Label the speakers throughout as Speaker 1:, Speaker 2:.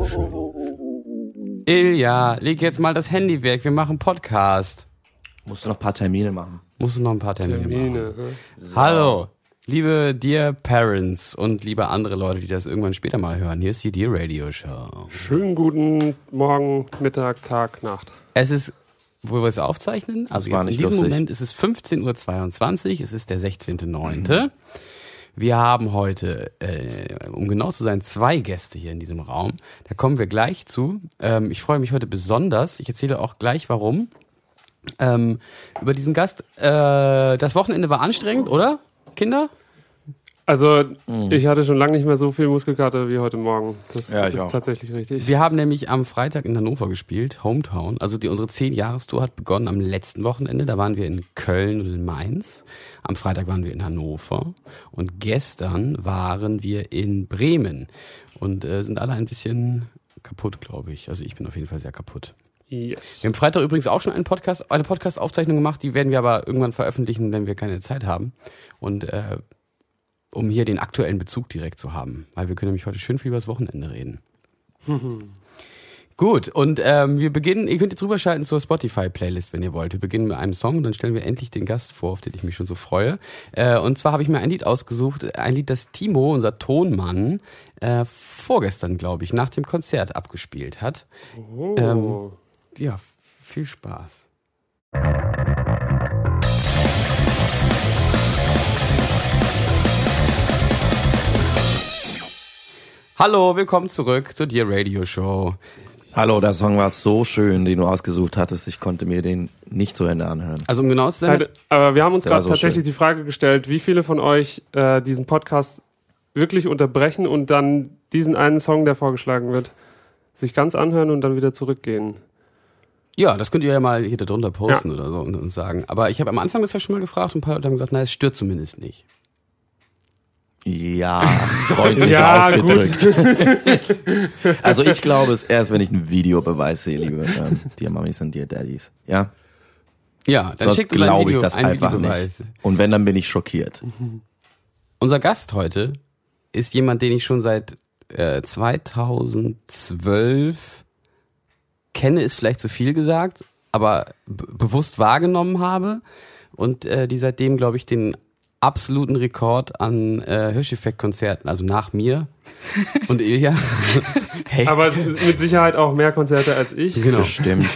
Speaker 1: Ilja, leg jetzt mal das Handy weg, wir machen Podcast.
Speaker 2: Musst du noch ein paar Termine machen.
Speaker 1: Machen. So. Hallo, liebe Dear Parents und liebe andere Leute, die das irgendwann später mal hören. Hier ist die Dear Radio Show.
Speaker 3: Schönen guten Morgen, Mittag, Tag, Nacht.
Speaker 1: Es ist, wo wir es aufzeichnen, also jetzt in diesem Moment ist es 15.22 Uhr, es ist der 16.09. Wir haben heute, um genau zu sein, 2 Gäste hier in diesem Raum. Da kommen wir gleich zu. Ich freue mich heute besonders. Ich erzähle auch gleich, warum. Über diesen Gast. Das Wochenende war anstrengend, oder, Kinder?
Speaker 3: Also, ich hatte schon lange nicht mehr so viel Muskelkater wie heute Morgen. Das ist
Speaker 2: auch.
Speaker 3: tatsächlich richtig.
Speaker 1: Wir haben nämlich am Freitag in Hannover gespielt, Hometown. Also unsere 10-Jahres-Tour hat begonnen am letzten Wochenende. Da waren wir in Köln und in Mainz. Am Freitag waren wir in Hannover. Und gestern waren wir in Bremen. Und sind alle ein bisschen kaputt, glaube ich. Also ich bin auf jeden Fall sehr kaputt.
Speaker 3: Yes.
Speaker 1: Wir haben Freitag übrigens auch schon eine Podcast-Aufzeichnung gemacht. Die werden wir aber irgendwann veröffentlichen, wenn wir keine Zeit haben. Und um hier den aktuellen Bezug direkt zu haben. Weil wir können nämlich heute schön viel über das Wochenende reden. Gut, und wir beginnen, ihr könnt jetzt rüberschalten zur Spotify-Playlist, wenn ihr wollt. Wir beginnen mit einem Song und dann stellen wir endlich den Gast vor, auf den ich mich schon so freue. Und zwar habe ich mir ein Lied ausgesucht, ein Lied, das Timo, unser Tonmann, vorgestern, glaube ich, nach dem Konzert abgespielt hat.
Speaker 3: Oh.
Speaker 1: Ja, viel Spaß. Hallo, willkommen zurück zur Dear Radio Show.
Speaker 2: Hallo, der Song war so schön, den du ausgesucht hattest. Ich konnte mir den nicht zu Ende anhören.
Speaker 1: Also um genau zu sein...
Speaker 3: Aber wir haben uns gerade
Speaker 2: so
Speaker 3: tatsächlich
Speaker 2: schön.
Speaker 3: die Frage gestellt, wie viele von euch diesen Podcast wirklich unterbrechen und dann diesen einen Song, der vorgeschlagen wird, sich ganz anhören und dann wieder zurückgehen.
Speaker 1: Ja, das könnt ihr ja mal hier darunter posten oder so und uns sagen. Aber ich habe am Anfang das ja schon mal gefragt und ein paar Leute haben gesagt, es stört zumindest nicht.
Speaker 2: Ja, freundlich ausgedrückt. Also ich glaube es erst, wenn ich einen Videobeweis sehe, liebe Dear Mummies und Dear Daddies. Ja?
Speaker 1: Ja, dann
Speaker 2: Sonst
Speaker 1: schickt uns ein
Speaker 2: glaube
Speaker 1: Video,
Speaker 2: ich das
Speaker 1: ein
Speaker 2: einfach
Speaker 1: Videobeweis.
Speaker 2: nicht. Und wenn, dann bin ich schockiert.
Speaker 1: Unser Gast heute ist jemand, den ich schon seit 2012 kenne, ist vielleicht zu viel gesagt, aber bewusst wahrgenommen habe und die seitdem, glaube ich, den absoluten Rekord an Hirscheffekt-Konzerten, also nach mir und Ilja. Hey.
Speaker 3: Aber mit Sicherheit auch mehr Konzerte als ich.
Speaker 1: Genau.
Speaker 2: Bestimmt.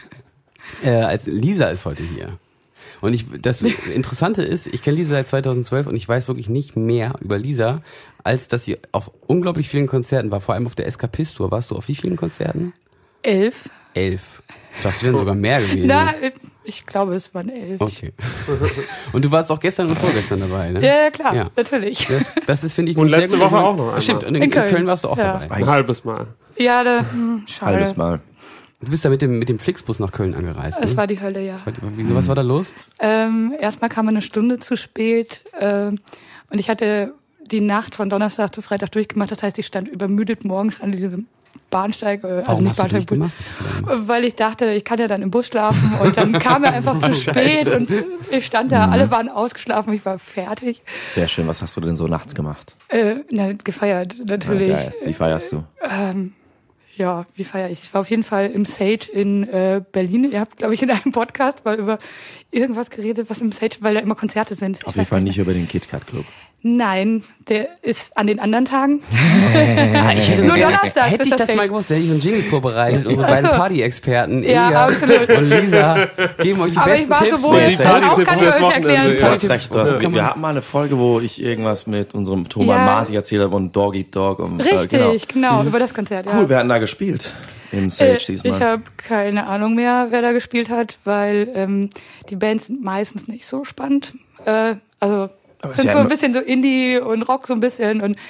Speaker 1: Als Lisa ist heute hier. Und das Interessante ist, ich kenne Lisa seit 2012 und ich weiß wirklich nicht mehr über Lisa, als dass sie auf unglaublich vielen Konzerten war, vor allem auf der Eskapistour. Warst du auf wie vielen Konzerten?
Speaker 4: 11.
Speaker 1: 11. Ich dachte, es wären sogar mehr gewesen.
Speaker 4: Na, ich glaube, es waren 11.
Speaker 1: Okay. Und du warst auch gestern und vorgestern dabei, ne?
Speaker 4: Ja, klar,
Speaker 1: Ja.
Speaker 4: natürlich.
Speaker 1: Das ist, finde ich,
Speaker 3: Und
Speaker 1: sehr
Speaker 3: letzte
Speaker 1: gut.
Speaker 3: Woche auch noch einmal.
Speaker 1: Stimmt, und in
Speaker 4: In
Speaker 1: Köln.
Speaker 4: Köln
Speaker 1: Warst du auch
Speaker 4: Ja.
Speaker 1: dabei.
Speaker 3: Ein halbes Mal.
Speaker 4: Ja, schade.
Speaker 2: Halbes Mal.
Speaker 1: Du bist da mit dem Flixbus nach Köln angereist, ne?
Speaker 4: Es war die Hölle, ja.
Speaker 1: Wieso, was war da los?
Speaker 4: Erstmal kam man eine Stunde zu spät und ich hatte die Nacht von Donnerstag zu Freitag durchgemacht. Das heißt, ich stand übermüdet morgens an diesem Bahnsteig,
Speaker 1: Warum hast du durchgemacht? Was hast du da gemacht?
Speaker 4: weil ich dachte, ich kann ja dann im Bus schlafen und dann kam er einfach zu spät und ich stand da, alle waren ausgeschlafen, ich war fertig.
Speaker 2: Sehr schön. Was hast du denn so nachts gemacht?
Speaker 4: Gefeiert, natürlich.
Speaker 2: Geil. Wie feierst du?
Speaker 4: Ja, wie feiere ich? Ich war auf jeden Fall im Sage in Berlin. Ihr habt, glaube ich, in einem Podcast mal über irgendwas geredet, was im Sage, weil da immer Konzerte sind.
Speaker 2: Auf jeden Fall nicht über den KitKat Club.
Speaker 4: Nein, der ist an den anderen Tagen.
Speaker 1: Ich hätte
Speaker 4: Nur Donnerstag
Speaker 1: hätte
Speaker 4: ist
Speaker 1: ich das
Speaker 4: Sage.
Speaker 1: mal gewusst, hätte ich so einen Jingle vorbereitet. Unsere
Speaker 4: Ach so.
Speaker 1: beiden Party-Experten,
Speaker 4: Ja,
Speaker 1: Ilja
Speaker 4: absolut.
Speaker 1: und Lisa, geben euch die
Speaker 4: Aber ich
Speaker 1: besten
Speaker 4: war
Speaker 1: Tipps.
Speaker 4: sowohl
Speaker 3: Die Party-Tipps
Speaker 4: kann
Speaker 3: für
Speaker 4: ich
Speaker 3: das
Speaker 4: euch
Speaker 3: Wochenende,
Speaker 4: erklären.
Speaker 3: ja.
Speaker 2: Du hast recht.
Speaker 1: Ja.
Speaker 2: Wir hatten mal eine Folge, wo ich irgendwas mit unserem Thomas
Speaker 4: Ja.
Speaker 2: Masi erzählt habe und Dog Eat Dog. Und,
Speaker 4: Richtig, genau, über das Konzert.
Speaker 2: Cool,
Speaker 4: Ja.
Speaker 2: wer hat denn da gespielt? Im Sage diesmal.
Speaker 4: Ich habe keine Ahnung mehr, wer da gespielt hat, weil die Bands sind meistens nicht so spannend. Also
Speaker 2: Aber
Speaker 4: sind
Speaker 2: ist ja
Speaker 4: so ein
Speaker 2: immer-
Speaker 4: bisschen so Indie und Rock so ein bisschen und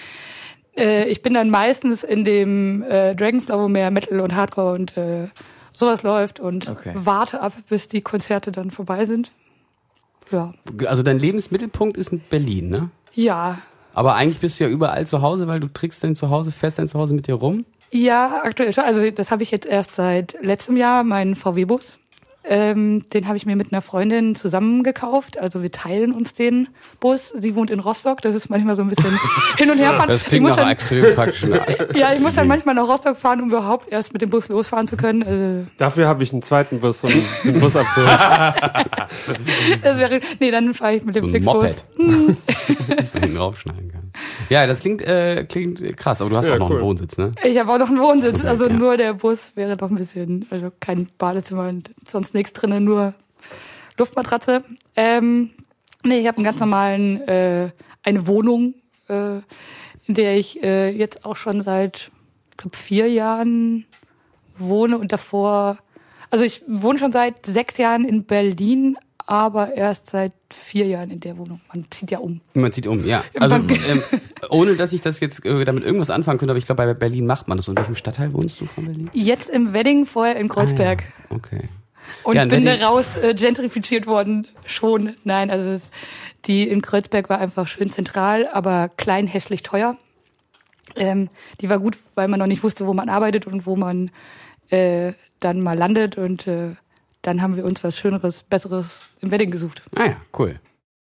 Speaker 4: ich bin dann meistens in dem Dragonfly, wo mehr Metal und Hardcore und sowas läuft und
Speaker 2: Okay.
Speaker 4: warte ab, bis die Konzerte dann vorbei sind. Ja.
Speaker 1: Also dein Lebensmittelpunkt ist in Berlin, ne?
Speaker 4: Ja.
Speaker 1: Aber eigentlich bist du ja überall zu Hause, weil du trägst dein Zuhause mit dir rum.
Speaker 4: Ja, aktuell schon. Also das habe ich jetzt erst seit letztem Jahr, meinen VW-Bus. Den habe ich mir mit einer Freundin zusammen gekauft. Also wir teilen uns den Bus. Sie wohnt in Rostock. Das ist manchmal so ein bisschen hin und her fahren.
Speaker 1: Das klingt nach extrem praktisch.
Speaker 4: Ja, ich muss dann manchmal nach Rostock fahren, um überhaupt erst mit dem Bus losfahren zu können. Also
Speaker 3: dafür habe ich einen zweiten Bus, um den Bus abzuholen.
Speaker 4: Dann fahre ich mit dem
Speaker 1: so
Speaker 4: Flixbus.
Speaker 1: Hinten draufschneiden kann. Ja, das klingt krass, aber du hast auch noch einen Wohnsitz, ne?
Speaker 4: Ich habe auch noch einen Wohnsitz, also nur der Bus wäre doch ein bisschen, also kein Badezimmer und sonst nichts drin, nur Luftmatratze. Ich habe einen ganz normalen, eine Wohnung, in der ich jetzt auch schon seit, ich glaube, 4 Jahren wohne und davor, also ich wohne schon seit 6 Jahren in Berlin, aber erst seit 4 Jahren in der Wohnung. Man zieht ja um.
Speaker 1: Man zieht um, ja. Also ohne, dass ich das jetzt damit irgendwas anfangen könnte, aber ich glaube, bei Berlin macht man das. Und in welchem Stadtteil wohnst du von Berlin?
Speaker 4: Jetzt im Wedding, vorher in Kreuzberg.
Speaker 1: Ah, okay.
Speaker 4: Und ja, bin da raus gentrifiziert worden. Schon. Nein, also die in Kreuzberg war einfach schön zentral, aber klein, hässlich, teuer. Die war gut, weil man noch nicht wusste, wo man arbeitet und wo man dann mal landet und dann haben wir uns was Schöneres, Besseres im Wedding gesucht.
Speaker 1: Ah ja, cool.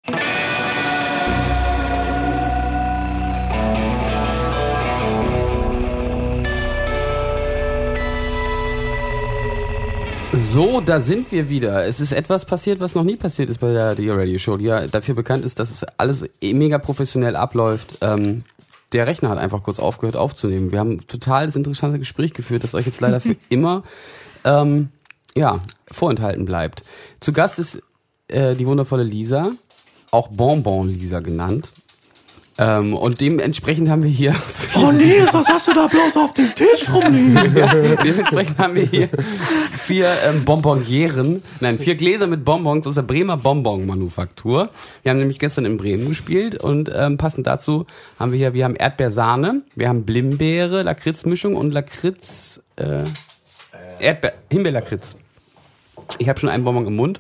Speaker 1: So, da sind wir wieder. Es ist etwas passiert, was noch nie passiert ist bei der Dear Radio Show, die ja dafür bekannt ist, dass es alles mega professionell abläuft. Der Rechner hat einfach kurz aufgehört aufzunehmen. Wir haben ein total das interessante Gespräch geführt, das euch jetzt leider für immer vorenthalten bleibt. Zu Gast ist die wundervolle Lisa, auch Bonbon Lisa genannt. Und dementsprechend haben wir hier...
Speaker 2: Oh Nils, was hast du da bloß auf dem Tisch rumliegen?
Speaker 1: Dementsprechend haben wir hier 4 Bonbonieren, 4 Gläser mit Bonbons aus der Bremer Bonbon-Manufaktur. Wir haben nämlich gestern in Bremen gespielt und passend dazu haben wir haben Erdbeersahne, wir haben Blimbeere, Lakritzmischung und Lakritz... Himbeerlakritz. Ich habe schon einen Bonbon im Mund.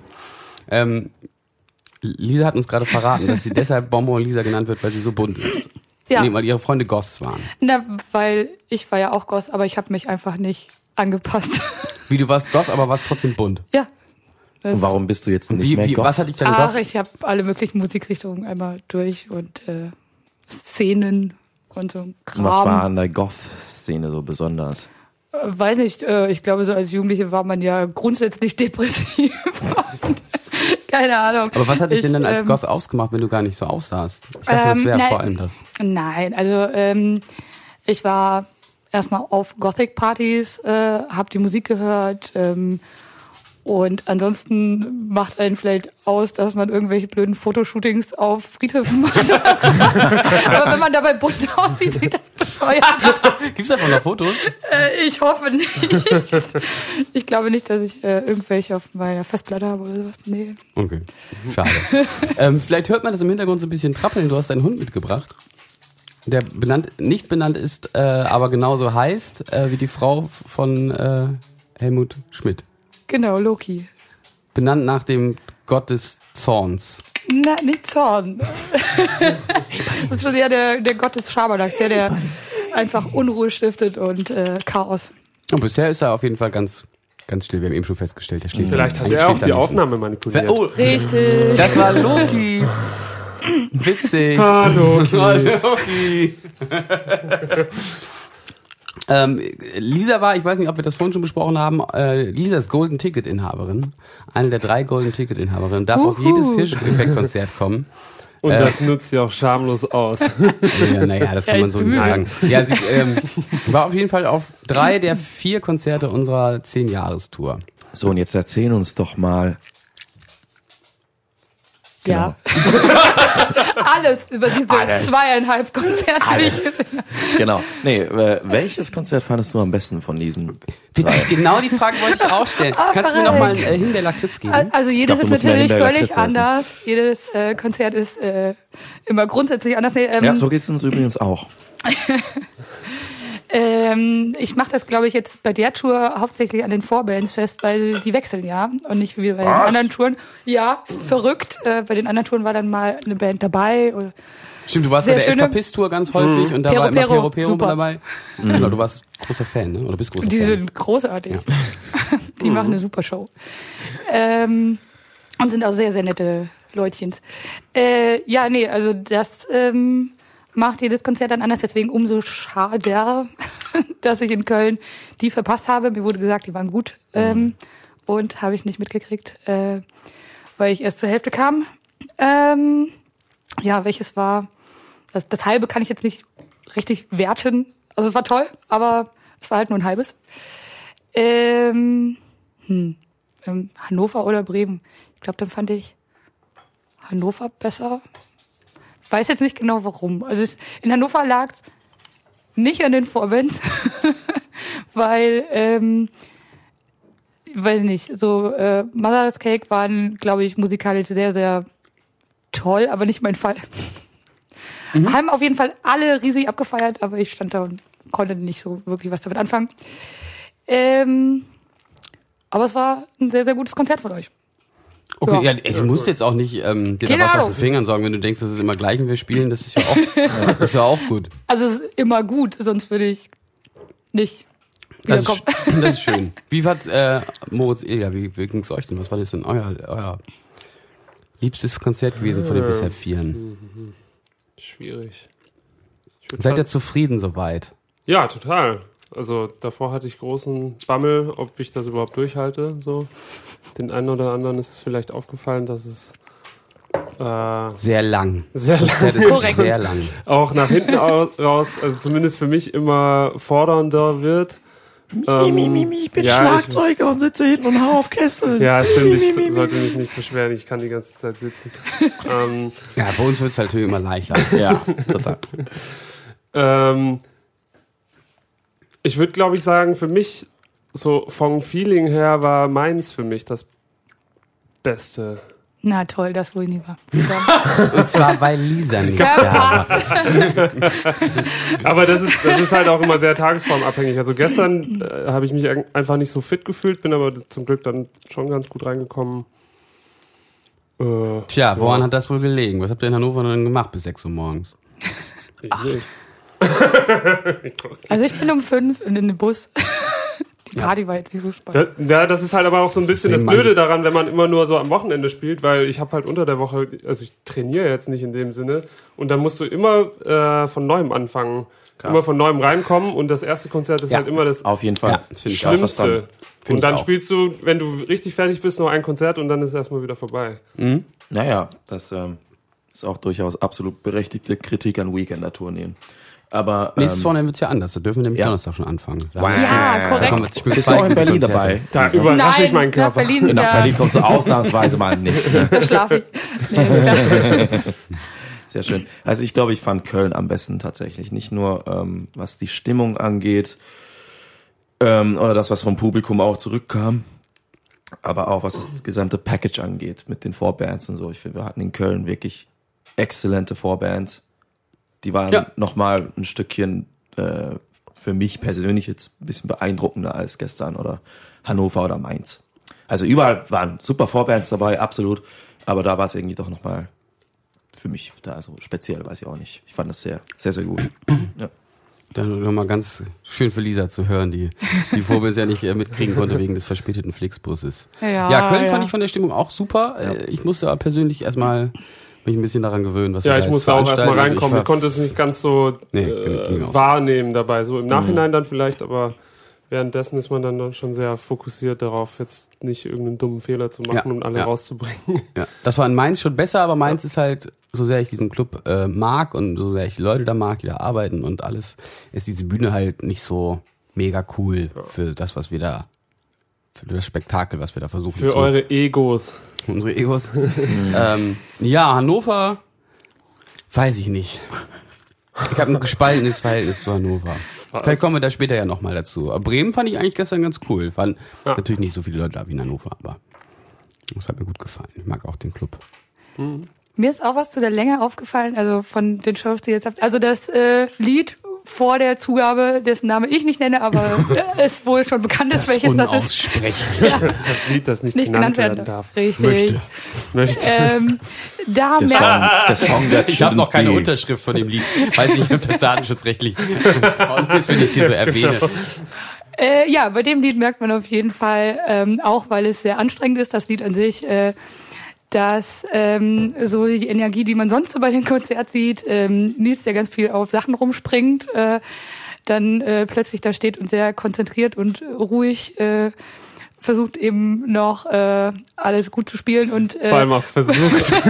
Speaker 1: Lisa hat uns gerade verraten, dass sie deshalb Bonbon Lisa genannt wird, weil sie so bunt ist.
Speaker 4: Ja.
Speaker 1: Nee, weil ihre Freunde Goths waren.
Speaker 4: Na, weil ich war ja auch Goth, aber ich habe mich einfach nicht angepasst.
Speaker 1: Wie, du warst Goth, aber warst trotzdem bunt?
Speaker 4: Ja.
Speaker 2: Und warum bist du jetzt nicht mehr Goth?
Speaker 1: Was hat dich dann Goth?
Speaker 4: Ich habe alle möglichen Musikrichtungen einmal durch und Szenen und so Kram.
Speaker 2: Was war an der Goth-Szene so besonders?
Speaker 4: Weiß nicht, ich glaube, so als Jugendliche war man ja grundsätzlich depressiv. Keine Ahnung.
Speaker 1: Aber was hat dich denn dann als Goth ausgemacht, wenn du gar nicht so aussahst? Ich dachte, das wäre vor allem das.
Speaker 4: Nein, also ich war erstmal auf Gothic-Partys, habe die Musik gehört und ansonsten macht einen vielleicht aus, dass man irgendwelche blöden Fotoshootings auf Friedhöfen macht. Aber wenn man dabei bunt aussieht, sieht das bescheuert.
Speaker 1: Gibt's davon noch Fotos?
Speaker 4: Ich hoffe nicht. Ich glaube nicht, dass ich irgendwelche auf meiner Festplatte habe oder sowas. Nee.
Speaker 1: Okay, schade. Vielleicht hört man das im Hintergrund so ein bisschen trappeln. Du hast deinen Hund mitgebracht, der nicht benannt ist, aber genauso heißt wie die Frau von Helmut Schmidt.
Speaker 4: Genau, Loki.
Speaker 1: Benannt nach dem Gott des Zorns.
Speaker 4: Na, nicht Zorn. Das ist schon eher der Gott des Schabernacks, der einfach Unruhe stiftet und Chaos.
Speaker 1: Und bisher ist er auf jeden Fall ganz still. Wir haben eben schon festgestellt, der schläft.
Speaker 3: Vielleicht hat er auch die Aufnahme manipuliert.
Speaker 1: Oh,
Speaker 4: richtig.
Speaker 1: Das war Loki. Witzig.
Speaker 3: Hallo,
Speaker 1: Loki. Lisa war, ich weiß nicht, ob wir das vorhin schon besprochen haben, Lisa ist Golden Ticket Inhaberin. Eine der 3 Golden Ticket Inhaberinnen. Darf auf jedes Hirscheffekt-Konzert kommen.
Speaker 3: Und das nutzt sie auch schamlos aus.
Speaker 1: Ja, naja, das kann man so nicht sagen. Ja, sie war auf jeden Fall auf 3 der 4 Konzerte unserer 10-Jahres-Tour.
Speaker 2: So, und jetzt erzähl uns doch mal.
Speaker 4: Ja. Alles über diese 2,5 Konzerte.
Speaker 2: Genau. Nee, welches Konzert fandest du am besten von diesen 3?
Speaker 1: Witzig, genau die Frage wollte ich auch stellen. Kannst du mir noch mal einen Himbeerlakritz geben?
Speaker 4: Also jedes ist natürlich völlig anders. Jedes Konzert ist immer grundsätzlich anders. Nee,
Speaker 2: ja, so geht es uns übrigens auch.
Speaker 4: Ich mache das, glaube ich, jetzt bei der Tour hauptsächlich an den Vorbands fest, weil die wechseln ja und nicht wie bei den anderen Touren. Ja, verrückt. Bei den anderen Touren war dann mal eine Band dabei. Oder
Speaker 1: stimmt, du warst bei der Eskapist-Tour ganz häufig und da war immer Pero dabei. Genau, du warst großer Fan, ne? Oder bist großer Fan.
Speaker 4: Die sind großartig. Ja. Die machen eine super Show. Und sind auch sehr, sehr nette Leutchens. Also das macht jedes Konzert dann anders. Deswegen umso schade, dass ich in Köln die verpasst habe. Mir wurde gesagt, die waren gut. Und habe ich nicht mitgekriegt, weil ich erst zur Hälfte kam. Welches war... Das halbe kann ich jetzt nicht richtig werten. Also es war toll, aber es war halt nur ein halbes. Hannover oder Bremen? Ich glaube, dann fand ich Hannover besser. Ich weiß jetzt nicht genau warum. Also in Hannover lag es nicht an den Vorbands, weil, weiß nicht, so Mother's Cake waren, glaube ich, musikalisch sehr, sehr toll, aber nicht mein Fall. Haben auf jeden Fall alle riesig abgefeiert, aber ich stand da und konnte nicht so wirklich was damit anfangen. Aber es war ein sehr, sehr gutes Konzert von euch.
Speaker 1: Okay, ja, du musst jetzt auch nicht dir da was aus den Fingern sagen, wenn du denkst, das ist immer gleich und wir spielen, das ist ja auch, das ist ja auch gut.
Speaker 4: Also es ist immer gut, sonst würde ich nicht wiederkommen.
Speaker 1: Das ist schön. Wie war's, Moritz Ilja, wie ging's euch denn? Was war das denn euer liebstes Konzert gewesen von den bisher vieren?
Speaker 3: Schwierig.
Speaker 1: Seid ihr zufrieden soweit?
Speaker 3: Ja, total. Also davor hatte ich großen Bammel, ob ich das überhaupt durchhalte. So. Den einen oder anderen ist es vielleicht aufgefallen, dass es
Speaker 1: sehr lang.
Speaker 3: Sehr lang.
Speaker 1: Das ist sehr lang.
Speaker 3: Auch nach hinten raus, also zumindest für mich immer fordernder wird.
Speaker 2: Ich bin Schlagzeuger und sitze hinten und hau auf Kessel.
Speaker 3: Ja, stimmt, ich sollte mich nicht beschweren, ich kann die ganze Zeit sitzen.
Speaker 1: Ja, bei uns wird es halt natürlich immer leichter.
Speaker 2: Ja, total.
Speaker 3: Ich würde, glaube ich, sagen, für mich, so vom Feeling her, war Mainz für mich das Beste.
Speaker 4: Na toll, das wohl nie war.
Speaker 1: Und zwar, weil Lisa nicht da war.
Speaker 3: Aber das ist halt auch immer sehr tagesformabhängig. Also gestern habe ich mich einfach nicht so fit gefühlt, bin aber zum Glück dann schon ganz gut reingekommen.
Speaker 1: Tja, woran hat das wohl gelegen? Was habt ihr in Hannover denn gemacht bis 6 Uhr morgens?
Speaker 3: 8.
Speaker 4: Also ich bin um 5 in den Bus. Die Party war jetzt nicht so spannend.
Speaker 3: Ja, das ist halt aber auch so ein bisschen das Blöde daran, wenn man immer nur so am Wochenende spielt, weil ich habe halt unter der Woche, also ich trainiere jetzt nicht in dem Sinne und dann musst du immer von Neuem anfangen, immer von Neuem reinkommen und das erste Konzert ist halt immer das
Speaker 2: auf jeden Fall.
Speaker 3: Schlimmste. Und dann spielst du, wenn du richtig fertig bist, noch ein Konzert und dann ist es erstmal wieder vorbei.
Speaker 2: Mhm. Naja, das ist auch durchaus absolut berechtigte Kritik an Weekender-Tourneen. Aber
Speaker 1: nächstes Wochenende wird's ja anders. Da dürfen wir nämlich Donnerstag schon anfangen.
Speaker 4: Ja, korrekt.
Speaker 2: Bist du auch in Berlin dabei?
Speaker 3: Da überrasche ich meinen Körper.
Speaker 2: Nach Berlin kommst du ausnahmsweise mal nicht. Ne?
Speaker 4: Da schlafe ich. Nee, ist klar.
Speaker 2: Sehr schön. Also ich glaube, ich fand Köln am besten tatsächlich. Nicht nur, was die Stimmung angeht, oder das, was vom Publikum auch zurückkam, aber auch, was das gesamte Package angeht mit den Vorbands und so. Ich finde, wir hatten in Köln wirklich exzellente Vorbands. Die waren nochmal ein Stückchen für mich persönlich jetzt ein bisschen beeindruckender als gestern oder Hannover oder Mainz. Also überall waren super Vorbands dabei, absolut. Aber da war es irgendwie doch nochmal für mich da so speziell, weiß ich auch nicht. Ich fand das sehr, sehr, sehr gut. Ja.
Speaker 1: Dann nochmal ganz schön für Lisa zu hören, die Vorbands ja nicht mitkriegen konnte wegen des verspäteten Flixbusses. Ja, Köln fand ich von der Stimmung auch super. Ja. Ich musste aber persönlich erstmal mich ein bisschen daran gewöhnen, was wir da
Speaker 3: ich musste auch erstmal reinkommen. Ich konnte es nicht ganz so wahrnehmen dabei. So im Nachhinein dann vielleicht, aber währenddessen ist man dann schon sehr fokussiert darauf, jetzt nicht irgendeinen dummen Fehler zu machen und alle rauszubringen.
Speaker 1: Ja. Das war in Mainz schon besser, aber Mainz ist halt, so sehr ich diesen Club mag und so sehr ich die Leute da mag, die da arbeiten und alles, ist diese Bühne halt nicht so mega cool für das, was wir da, für das Spektakel, was wir da versuchen
Speaker 3: für eure Egos.
Speaker 1: Unsere Egos. Hannover, weiß ich nicht. Ich habe ein gespaltenes Verhältnis zu Hannover. Vielleicht kommen wir da später ja nochmal dazu. Aber Bremen fand ich eigentlich gestern ganz cool. Waren natürlich nicht so viele Leute da wie in Hannover, aber das hat mir gut gefallen. Ich mag auch den Club.
Speaker 4: Mir ist auch was zu der Länge aufgefallen, also von den Shows, die ihr jetzt habt. Also das Lied vor der Zugabe, dessen Name ich nicht nenne, aber es wohl schon bekannt ist, welches das ist.
Speaker 1: Unaussprechlich.
Speaker 3: Das Lied, das nicht genannt werden darf.
Speaker 4: Richtig.
Speaker 1: Möchte.
Speaker 4: Da
Speaker 2: der Song,
Speaker 1: ich habe noch keine Unterschrift von dem Lied. Weiß nicht, ob das datenschutzrechtlich ist, wenn ich es hier so erwähne.
Speaker 4: Ja, bei dem Lied merkt man auf jeden Fall, auch weil es sehr anstrengend ist, das Lied an sich, dass so die Energie, die man sonst so bei den Konzert sieht, Nils, der ganz viel auf Sachen rumspringt, dann plötzlich da steht und sehr konzentriert und ruhig versucht eben noch alles gut zu spielen und
Speaker 3: vor allem auch versucht.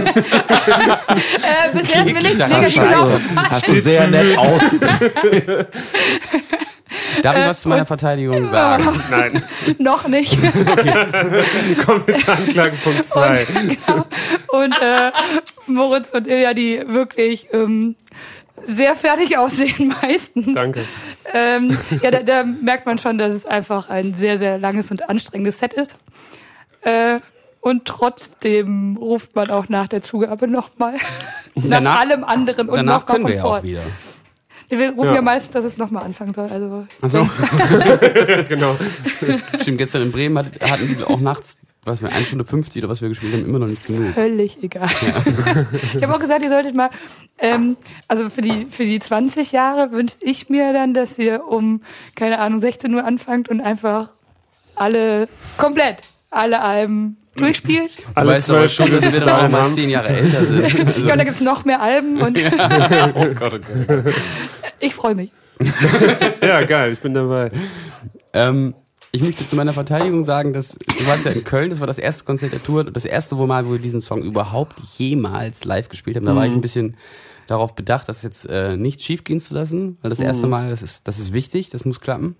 Speaker 4: bisher ist mir nicht negativ aufgefallen.
Speaker 2: Hast du sehr nett ausgedrückt.
Speaker 1: Darf ich was zu meiner Verteidigung sagen?
Speaker 3: Nein.
Speaker 4: Noch nicht.
Speaker 3: Kommen wir zu Anklagepunkt 2.
Speaker 4: Genau. Und Moritz und Ilja, die wirklich sehr fertig aussehen meistens.
Speaker 3: Danke.
Speaker 4: Ja, da merkt man schon, dass es einfach ein sehr, sehr langes und anstrengendes Set ist. Und trotzdem ruft man auch nach der Zugabe nochmal. Nach allem anderen und
Speaker 1: danach
Speaker 4: nochmal
Speaker 1: können
Speaker 4: von
Speaker 1: wir ja
Speaker 4: vorn.
Speaker 1: auch wieder.
Speaker 4: Wir rufen ja meistens, dass es nochmal anfangen soll. Also.
Speaker 1: Ach so.
Speaker 3: Genau.
Speaker 1: Stimmt, gestern in Bremen hatten wir auch nachts, was wir 1 Stunde 50 oder was wir gespielt haben, immer noch nicht genug.
Speaker 4: Völlig egal. Ja. Ich habe auch gesagt, ihr solltet mal, also für die 20 Jahre wünsche ich mir dann, dass ihr um, keine Ahnung, 16 Uhr anfangt und einfach alle Alben durchspielt.
Speaker 1: Du weißt aber schon, dass wir dann auch mal 10 Jahre älter sind. Also.
Speaker 4: Ja, und da gibt's noch mehr Alben und
Speaker 1: ja. Oh Gott, okay.
Speaker 4: Ich freue mich.
Speaker 3: Ja, geil, ich bin dabei.
Speaker 1: Ich möchte zu meiner Verteidigung sagen, dass du warst ja in Köln, das war das erste Konzert der Tour, das erste Mal, wo wir diesen Song überhaupt jemals live gespielt haben. Da war ich ein bisschen darauf bedacht, das jetzt nicht schief gehen zu lassen, weil das erste Mal, das ist wichtig, das muss klappen.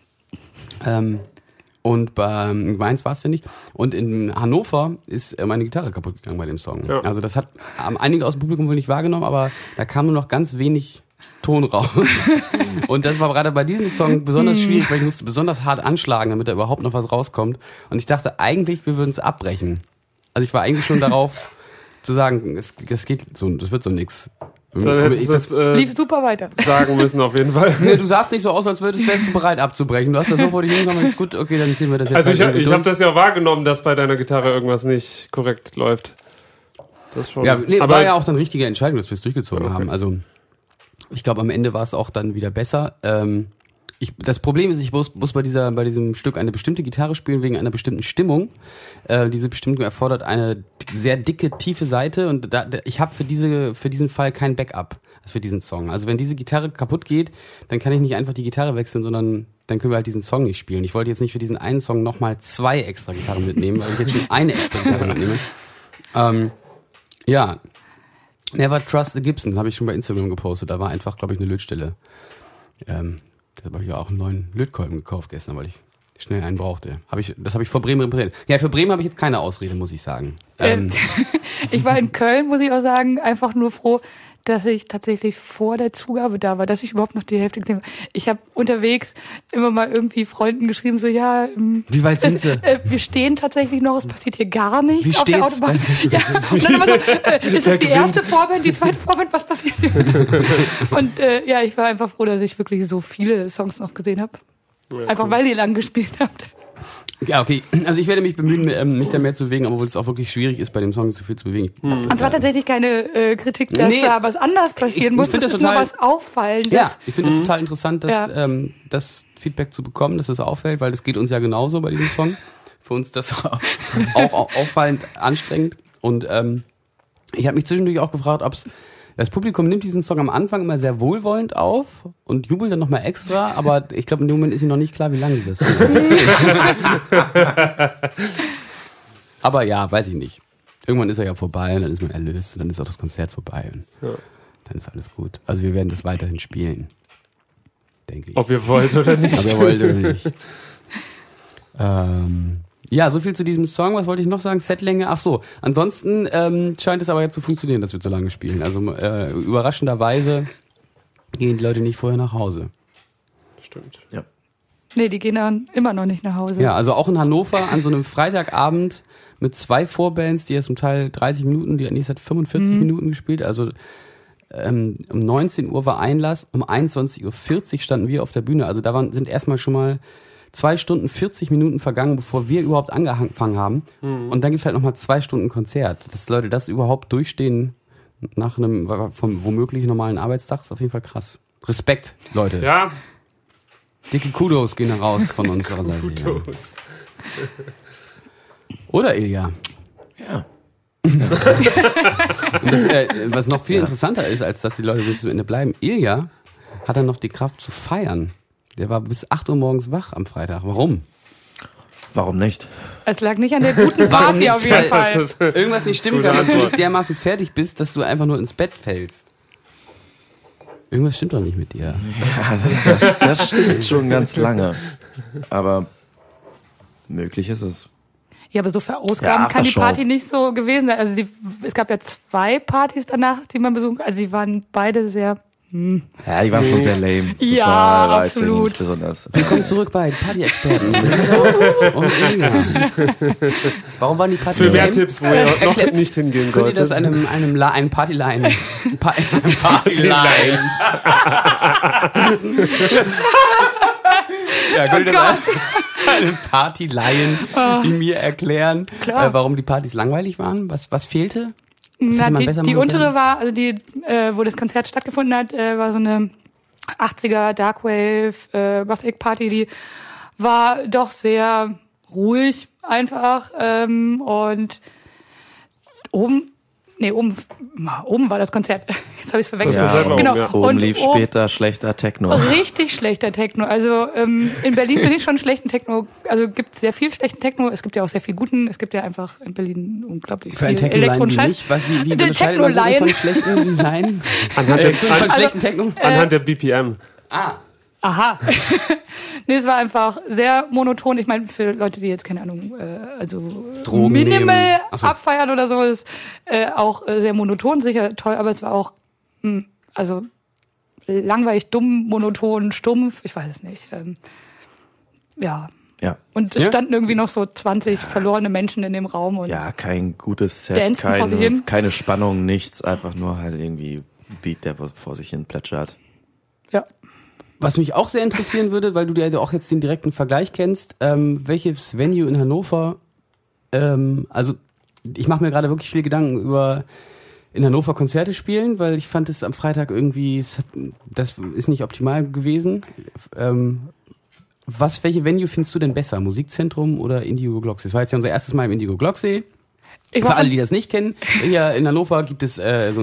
Speaker 1: Und bei Mainz war es ja nicht. Und in Hannover ist meine Gitarre kaputt gegangen bei dem Song. Ja. Also das haben einige aus dem Publikum wohl nicht wahrgenommen, aber da kam nur noch ganz wenig Ton raus. Und das war gerade bei diesem Song besonders schwierig, weil ich musste besonders hart anschlagen, damit da überhaupt noch was rauskommt. Und ich dachte eigentlich, wir würden es abbrechen. Also ich war eigentlich schon darauf zu sagen, es geht so, das wird so nix.
Speaker 3: Dann hättest du
Speaker 4: lief super weiter.
Speaker 3: Sagen müssen auf jeden Fall.
Speaker 1: Nee, du sahst nicht so aus, als wärst du bereit abzubrechen. Du hast das so vor dich hingenommen, gut, okay, dann ziehen wir das jetzt.
Speaker 3: Also ich habe das ja wahrgenommen, dass bei deiner Gitarre irgendwas nicht korrekt läuft. Das schon.
Speaker 1: Ja, nee, aber war ja auch dann richtige Entscheidung, dass wir es durchgezogen haben. Also ich glaube, am Ende war es auch dann wieder besser. Das Problem ist, ich muss bei diesem Stück eine bestimmte Gitarre spielen wegen einer bestimmten Stimmung. Diese Bestimmung erfordert eine sehr dicke, tiefe Seite und ich habe für diesen Fall kein Backup für diesen Song. Also wenn diese Gitarre kaputt geht, dann kann ich nicht einfach die Gitarre wechseln, sondern dann können wir halt diesen Song nicht spielen. Ich wollte jetzt nicht für diesen einen Song nochmal 2 extra Gitarren mitnehmen, weil ich jetzt schon eine extra Gitarre mitnehme. Ja, Never Trust a Gibson, habe ich schon bei Instagram gepostet. Da war einfach, glaube ich, eine Lötstelle. Deshalb habe ich ja auch einen neuen Lötkolben gekauft gestern, weil ich schnell einen brauchte. Das habe ich vor Bremen repariert. Ja, für Bremen habe ich jetzt keine Ausrede, muss ich sagen.
Speaker 4: Ich war in Köln, muss ich auch sagen, einfach nur froh, dass ich tatsächlich vor der Zugabe da war, dass ich überhaupt noch die Hälfte gesehen habe. Ich habe unterwegs immer mal irgendwie Freunden geschrieben, so ja,
Speaker 1: wie weit sind sie?
Speaker 4: Wir stehen tatsächlich noch, es passiert hier gar nichts
Speaker 1: wie
Speaker 4: auf der
Speaker 1: steht's?
Speaker 4: Autobahn. Ja, und dann immer so, ist es die erste Vorband, die zweite Vorband, was passiert hier? Und ja, ich war einfach froh, dass ich wirklich so viele Songs noch gesehen habe. Ja, einfach cool. Weil ihr lang gespielt habt.
Speaker 1: Ja, okay. Also ich werde mich bemühen, mich da mehr zu bewegen, obwohl es auch wirklich schwierig ist, bei dem Song so viel zu bewegen.
Speaker 4: Und zwar tatsächlich keine Kritik, dass da was anders passieren muss. Das ist nur was Auffallendes.
Speaker 1: Ja, ich finde es total interessant, das Feedback zu bekommen, dass das auffällt, weil das geht uns ja genauso bei diesem Song. Für uns das auch auffallend anstrengend. Und ich habe mich zwischendurch auch gefragt, ob das Publikum nimmt diesen Song am Anfang immer sehr wohlwollend auf und jubelt dann nochmal extra, aber ich glaube, in dem Moment ist ihm noch nicht klar, wie lang dieser Song ist. Aber ja, weiß ich nicht. Irgendwann ist er ja vorbei und dann ist man erlöst und dann ist auch das Konzert vorbei und dann ist alles gut. Also wir werden das weiterhin spielen, denke ich.
Speaker 3: Ob ihr wollt oder nicht.
Speaker 1: Ob ihr wollt oder nicht. Ja, so viel zu diesem Song. Was wollte ich noch sagen? Setlänge. Ach so. Ansonsten scheint es aber jetzt zu funktionieren, dass wir so lange spielen. Also überraschenderweise gehen die Leute nicht vorher nach Hause.
Speaker 3: Stimmt.
Speaker 2: Ja.
Speaker 4: Nee, die gehen dann immer noch nicht nach Hause.
Speaker 1: Ja, also auch in Hannover an so einem Freitagabend mit 2 Vorbands, die ja zum Teil 30 Minuten, die nächste hat 45 Minuten gespielt. Also um 19 Uhr war Einlass, um 21.40 Uhr standen wir auf der Bühne. Also da sind erstmal schon mal 2 Stunden 40 Minuten vergangen, bevor wir überhaupt angefangen haben. Und dann gibt's halt nochmal 2 Stunden Konzert. Dass Leute das überhaupt durchstehen nach einem vom womöglich normalen Arbeitstag, ist auf jeden Fall krass. Respekt, Leute.
Speaker 3: Ja,
Speaker 1: Dicke Kudos gehen raus von unserer Seite.
Speaker 3: Kudos.
Speaker 1: Oder, Ilja?
Speaker 2: Ja.
Speaker 1: Und das, was noch viel interessanter ist, als dass die Leute bis zum Ende bleiben, Ilja hat dann noch die Kraft zu feiern. Der war bis 8 Uhr morgens wach am Freitag. Warum?
Speaker 2: Warum nicht?
Speaker 4: Es lag nicht an der guten Party auf jeden Fall.
Speaker 1: Irgendwas nicht stimmt, dass du nicht dermaßen fertig bist, dass du einfach nur ins Bett fällst. Irgendwas stimmt doch nicht mit dir.
Speaker 2: Ja, das stimmt schon ganz lange. Aber möglich ist es.
Speaker 4: Ja, aber so verausgaben kann die Party nicht so gewesen sein. Also es gab ja 2 Partys danach, die man besuchen kann. Also die waren beide sehr...
Speaker 2: Ja, die waren schon sehr lame. Das
Speaker 4: ja,
Speaker 2: war
Speaker 4: absolut.
Speaker 2: Nicht besonders.
Speaker 1: Willkommen zurück bei Party-Experten. Warum waren die Partys
Speaker 3: Für mehr
Speaker 1: lame?
Speaker 3: Tipps, wo ihr noch nicht hingehen
Speaker 1: Könnt ihr
Speaker 3: solltet.
Speaker 1: das einem Partyline... Partyline. Ja, könnt ihr das einem Partylaien wie mir erklären, warum die Partys langweilig waren? Was fehlte?
Speaker 4: Na, die untere war, also die, wo das Konzert stattgefunden hat, war so eine 80er Darkwave Gothic Party, die war doch sehr ruhig einfach und oben war das Konzert. Jetzt habe ich es verwechselt.
Speaker 2: Ja,
Speaker 4: genau.
Speaker 2: Oben lief später schlechter Techno.
Speaker 4: Richtig schlechter Techno. Also in Berlin bin ich schon schlechten Techno. Also gibt es sehr viel schlechten Techno. Es gibt ja auch sehr viel guten. Es gibt ja einfach in Berlin unglaublich
Speaker 1: für
Speaker 4: viel
Speaker 1: Techno-Line wie unterscheidet man guten von schlechten Line? Von schlechten Techno?
Speaker 3: Anhand der BPM.
Speaker 4: Aha. Nee, es war einfach sehr monoton. Ich meine, für Leute, die jetzt, keine Ahnung, also
Speaker 1: Drogen
Speaker 4: minimal abfeiern oder so, ist auch sehr monoton, sicher toll, aber es war auch, also langweilig, dumm, monoton, stumpf, ich weiß es nicht. Ja. Und es standen irgendwie noch so 20 verlorene Menschen in dem Raum. Und
Speaker 2: kein gutes Set, keine Spannung, nichts, einfach nur halt irgendwie ein Beat, der vor sich hin plätschert.
Speaker 4: Ja.
Speaker 1: Was mich auch sehr interessieren würde, weil du ja auch jetzt den direkten Vergleich kennst, welches Venue in Hannover, also ich mache mir gerade wirklich viele Gedanken über in Hannover Konzerte spielen, weil ich fand es am Freitag irgendwie, das ist nicht optimal gewesen. Welche Venue findest du denn besser? Musikzentrum oder Indigo Glocksee? Das war jetzt ja unser erstes Mal im Indigo Glocksee. Für alle, die das nicht kennen, hier in Hannover gibt es das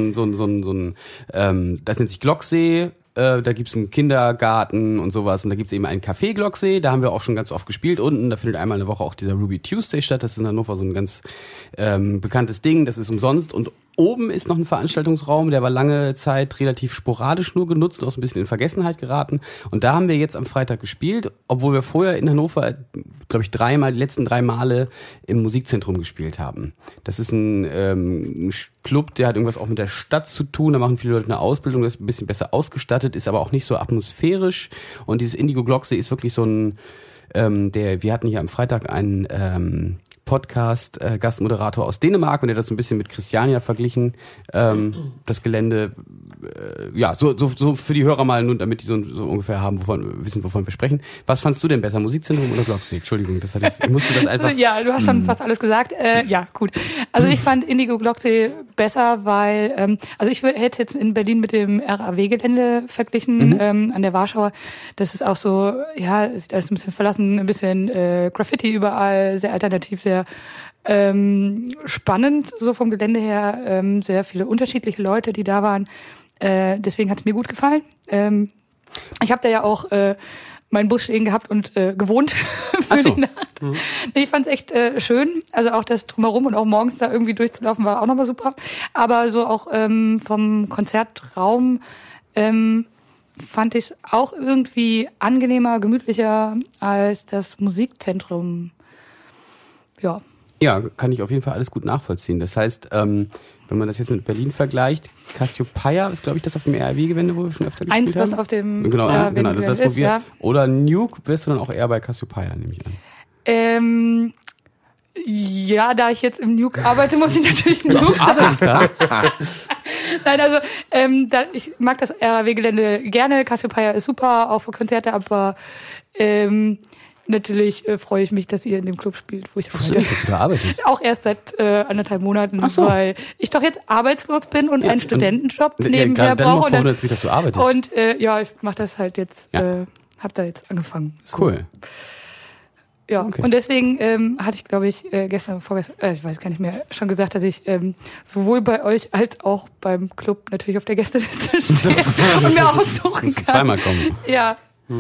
Speaker 1: nennt sich Glocksee. Da gibt's einen Kindergarten und sowas und da gibt's eben einen Café Glocksee, da haben wir auch schon ganz oft gespielt unten, da findet einmal in der Woche auch dieser Ruby Tuesday statt, das ist in Hannover so ein ganz bekanntes Ding, das ist umsonst und oben ist noch ein Veranstaltungsraum, der war lange Zeit relativ sporadisch nur genutzt und auch so ein bisschen in Vergessenheit geraten und da haben wir jetzt am Freitag gespielt, obwohl wir vorher in Hannover, glaube ich, die letzten 3 Male im Musikzentrum gespielt haben. Das ist ein Club, der hat irgendwas auch mit der Stadt zu tun, da machen viele Leute eine Ausbildung, das ist ein bisschen besser ausgestattet, ist aber auch nicht so atmosphärisch und dieses Indigo Glocksee ist wirklich so ein, wir hatten hier am Freitag einen Podcast-Gastmoderator aus Dänemark und der hat das so ein bisschen mit Christiania verglichen, das Gelände, so für die Hörer mal, nur damit die so ungefähr wissen, wovon wir sprechen. Was fandst du denn besser, Musikzentrum oder Glocksee? Entschuldigung, ich musste das einfach...
Speaker 4: Ja, du hast schon fast alles gesagt. Ja, gut. Also ich fand Indigo Glocksee besser, weil, also ich hätte jetzt in Berlin mit dem RAW-Gelände verglichen, an der Warschauer. Das ist auch so, ja, sieht alles ein bisschen verlassen, ein bisschen Graffiti überall, sehr alternativ, sehr spannend, so vom Gelände her, sehr viele unterschiedliche Leute, die da waren. Deswegen hat es mir gut gefallen. Ich habe da ja auch meinen Bus stehen gehabt und gewohnt für die Nacht. Nee, ich fand es echt schön. Also auch das Drumherum und auch morgens da irgendwie durchzulaufen war auch nochmal super. Aber so auch vom Konzertraum fand ich es auch irgendwie angenehmer, gemütlicher als das Musikzentrum. Ja.
Speaker 1: Ja, kann ich auf jeden Fall alles gut nachvollziehen. Das heißt, wenn man das jetzt mit Berlin vergleicht, Cassiopeia ist, glaube ich, das auf dem RAW-Gewinde, wo wir schon öfter gespielt haben.
Speaker 4: Eins, was auf dem
Speaker 1: genau, das ist das, wo wir... Ja. Oder Nuke bist du dann auch eher bei Cassiopeia, nehme ich an.
Speaker 4: Ja, da ich jetzt im Nuke arbeite, muss ich natürlich Nuke
Speaker 1: sagen.
Speaker 4: Nein, also ich mag das RAW-Gelände gerne. Cassiopeia ist super, auch für Konzerte, aber natürlich freue ich mich, dass ihr in dem Club spielt, wo ich
Speaker 1: arbeite. Dass du da arbeitest?
Speaker 4: Auch erst seit 1,5 Monaten, weil ich doch jetzt arbeitslos bin und einen Studentenjob nebenher brauche.
Speaker 1: Dann dass du arbeitest.
Speaker 4: Und ich mache das halt jetzt habe da jetzt angefangen. So.
Speaker 1: Cool.
Speaker 4: Ja, okay. Und deswegen hatte ich, glaube ich, gestern, vorgestern, ich weiß gar nicht mehr, schon gesagt, dass ich sowohl bei euch als auch beim Club natürlich auf der Gästeliste stehe und mir aussuchen kann.
Speaker 1: Zweimal kommen.
Speaker 4: Ja.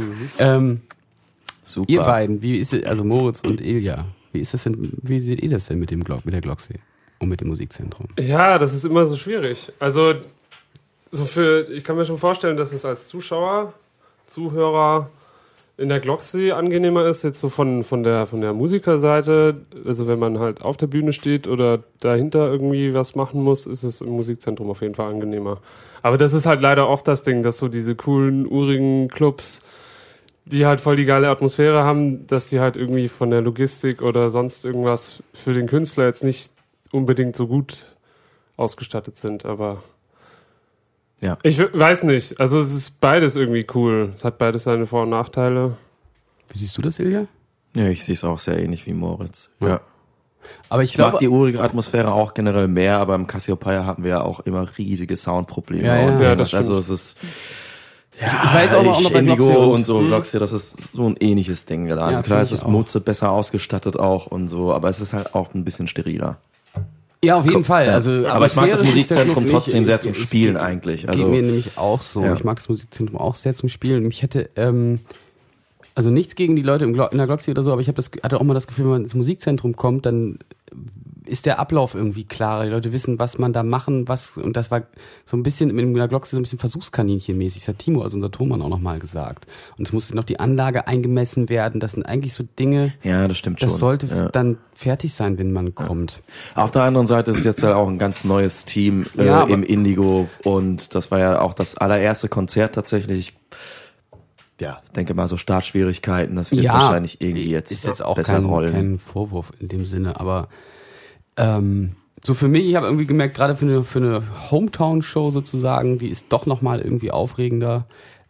Speaker 2: Super.
Speaker 1: Ihr beiden, wie ist es, also Moritz und Ilja, wie seht ihr das denn mit der Glocksee und mit dem Musikzentrum?
Speaker 3: Ja, das ist immer so schwierig. Also, ich kann mir schon vorstellen, dass es als Zuhörer in der Glocksee angenehmer ist, jetzt so von der Musikerseite. Also wenn man halt auf der Bühne steht oder dahinter irgendwie was machen muss, ist es im Musikzentrum auf jeden Fall angenehmer. Aber das ist halt leider oft das Ding, dass so diese coolen, urigen Clubs, die halt voll die geile Atmosphäre haben, dass die halt irgendwie von der Logistik oder sonst irgendwas für den Künstler jetzt nicht unbedingt so gut ausgestattet sind, aber
Speaker 2: ja.
Speaker 3: Ich weiß nicht. Also es ist beides irgendwie cool. Es hat beides seine Vor- und Nachteile.
Speaker 1: Wie siehst du das, Ilja?
Speaker 2: Ja, ich sehe es auch sehr ähnlich wie Moritz. Ja.
Speaker 1: Aber ich mag
Speaker 2: die urige Atmosphäre auch generell mehr, aber im Cassiopeia hatten wir ja auch immer riesige Soundprobleme.
Speaker 3: Ja, das stimmt.
Speaker 2: Also es ist
Speaker 1: ich war jetzt auch noch bei
Speaker 2: Indigo und so Glocksee, das ist so ein ähnliches Ding. Also
Speaker 1: ja,
Speaker 2: klar ist das Mutze besser ausgestattet auch und so, aber es ist halt auch ein bisschen steriler.
Speaker 1: Ja, auf jeden Fall. Also,
Speaker 2: aber ich mag das Musikzentrum trotzdem sehr zum Spielen eigentlich. Also,
Speaker 1: geht mir nämlich auch so. Ja. Ich mag das Musikzentrum auch sehr zum Spielen. Mich hätte, also nichts gegen die Leute in der Glocksee oder so, aber ich hatte auch mal das Gefühl, wenn man ins Musikzentrum kommt, dann ist der Ablauf irgendwie klarer. Die Leute wissen, was man da machen, und das war so ein bisschen in der Glocksee so ein bisschen Versuchskaninchen-mäßig. Das hat Timo, also unser Tonmann, auch nochmal gesagt. Und es musste noch die Anlage eingemessen werden. Das sind eigentlich so Dinge.
Speaker 2: Ja, das stimmt schon.
Speaker 1: Das sollte dann fertig sein, wenn man kommt.
Speaker 2: Auf der anderen Seite ist es jetzt halt auch ein ganz neues Team im Indigo und das war ja auch das allererste Konzert tatsächlich. Ja, denke mal so Startschwierigkeiten, das wird wahrscheinlich irgendwie jetzt
Speaker 1: auch
Speaker 2: besser rollen.
Speaker 1: Kein Vorwurf in dem Sinne, aber so für mich, ich habe irgendwie gemerkt, gerade für eine Hometown-Show sozusagen, die ist doch nochmal irgendwie aufregender.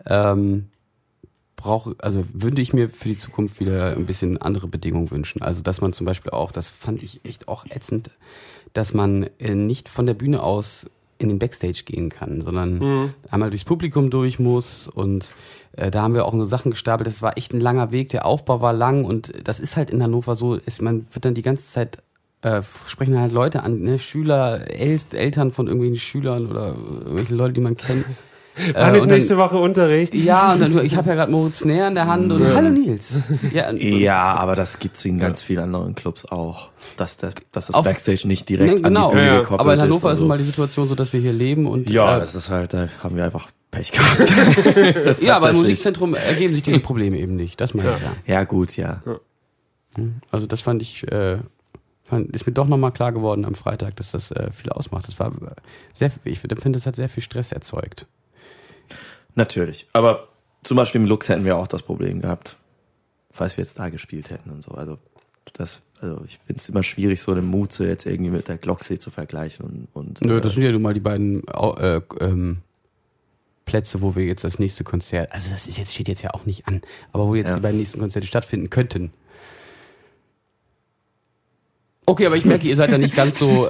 Speaker 1: Würde ich mir für die Zukunft wieder ein bisschen andere Bedingungen wünschen. Also, dass man zum Beispiel auch, das fand ich echt auch ätzend, dass man nicht von der Bühne aus in den Backstage gehen kann, sondern einmal durchs Publikum durch muss und da haben wir auch so Sachen gestapelt. Das war echt ein langer Weg, der Aufbau war lang und das ist halt in Hannover so, man wird dann die ganze Zeit sprechen halt Leute an, ne? Schüler, Eltern von irgendwelchen Schülern oder irgendwelche Leute, die man kennt.
Speaker 3: Wann ist nächste Woche Unterricht?
Speaker 1: Ja, und dann, ich habe ja gerade Moritz Snare in der Hand und hallo Nils.
Speaker 2: Ja, aber das gibt's in ganz vielen anderen Clubs auch. Dass das Backstage nicht direkt an die Bühne gekoppelt ist.
Speaker 1: Aber in Hannover ist nun mal die Situation so, dass wir hier leben und
Speaker 2: das ist halt, da haben wir einfach Pech gehabt.
Speaker 1: Ja, aber im Musikzentrum ergeben sich diese Probleme eben nicht. Das meine ich ja.
Speaker 2: Ja, gut, ja.
Speaker 1: Also das fand ich, ist mir doch nochmal klar geworden am Freitag, dass das viel ausmacht. Das war ich finde, das hat sehr viel Stress erzeugt.
Speaker 2: Natürlich. Aber zum Beispiel im Lux hätten wir auch das Problem gehabt, falls wir jetzt da gespielt hätten und so. Also ich finde es immer schwierig, so eine Mutze jetzt irgendwie mit der Glocksee zu vergleichen.
Speaker 1: Nö, das sind ja nun mal die beiden Plätze, wo wir jetzt das nächste Konzert, also das steht jetzt ja auch nicht an, aber wo jetzt die beiden nächsten Konzerte stattfinden könnten. Okay, aber ich merke, ihr seid da nicht ganz so,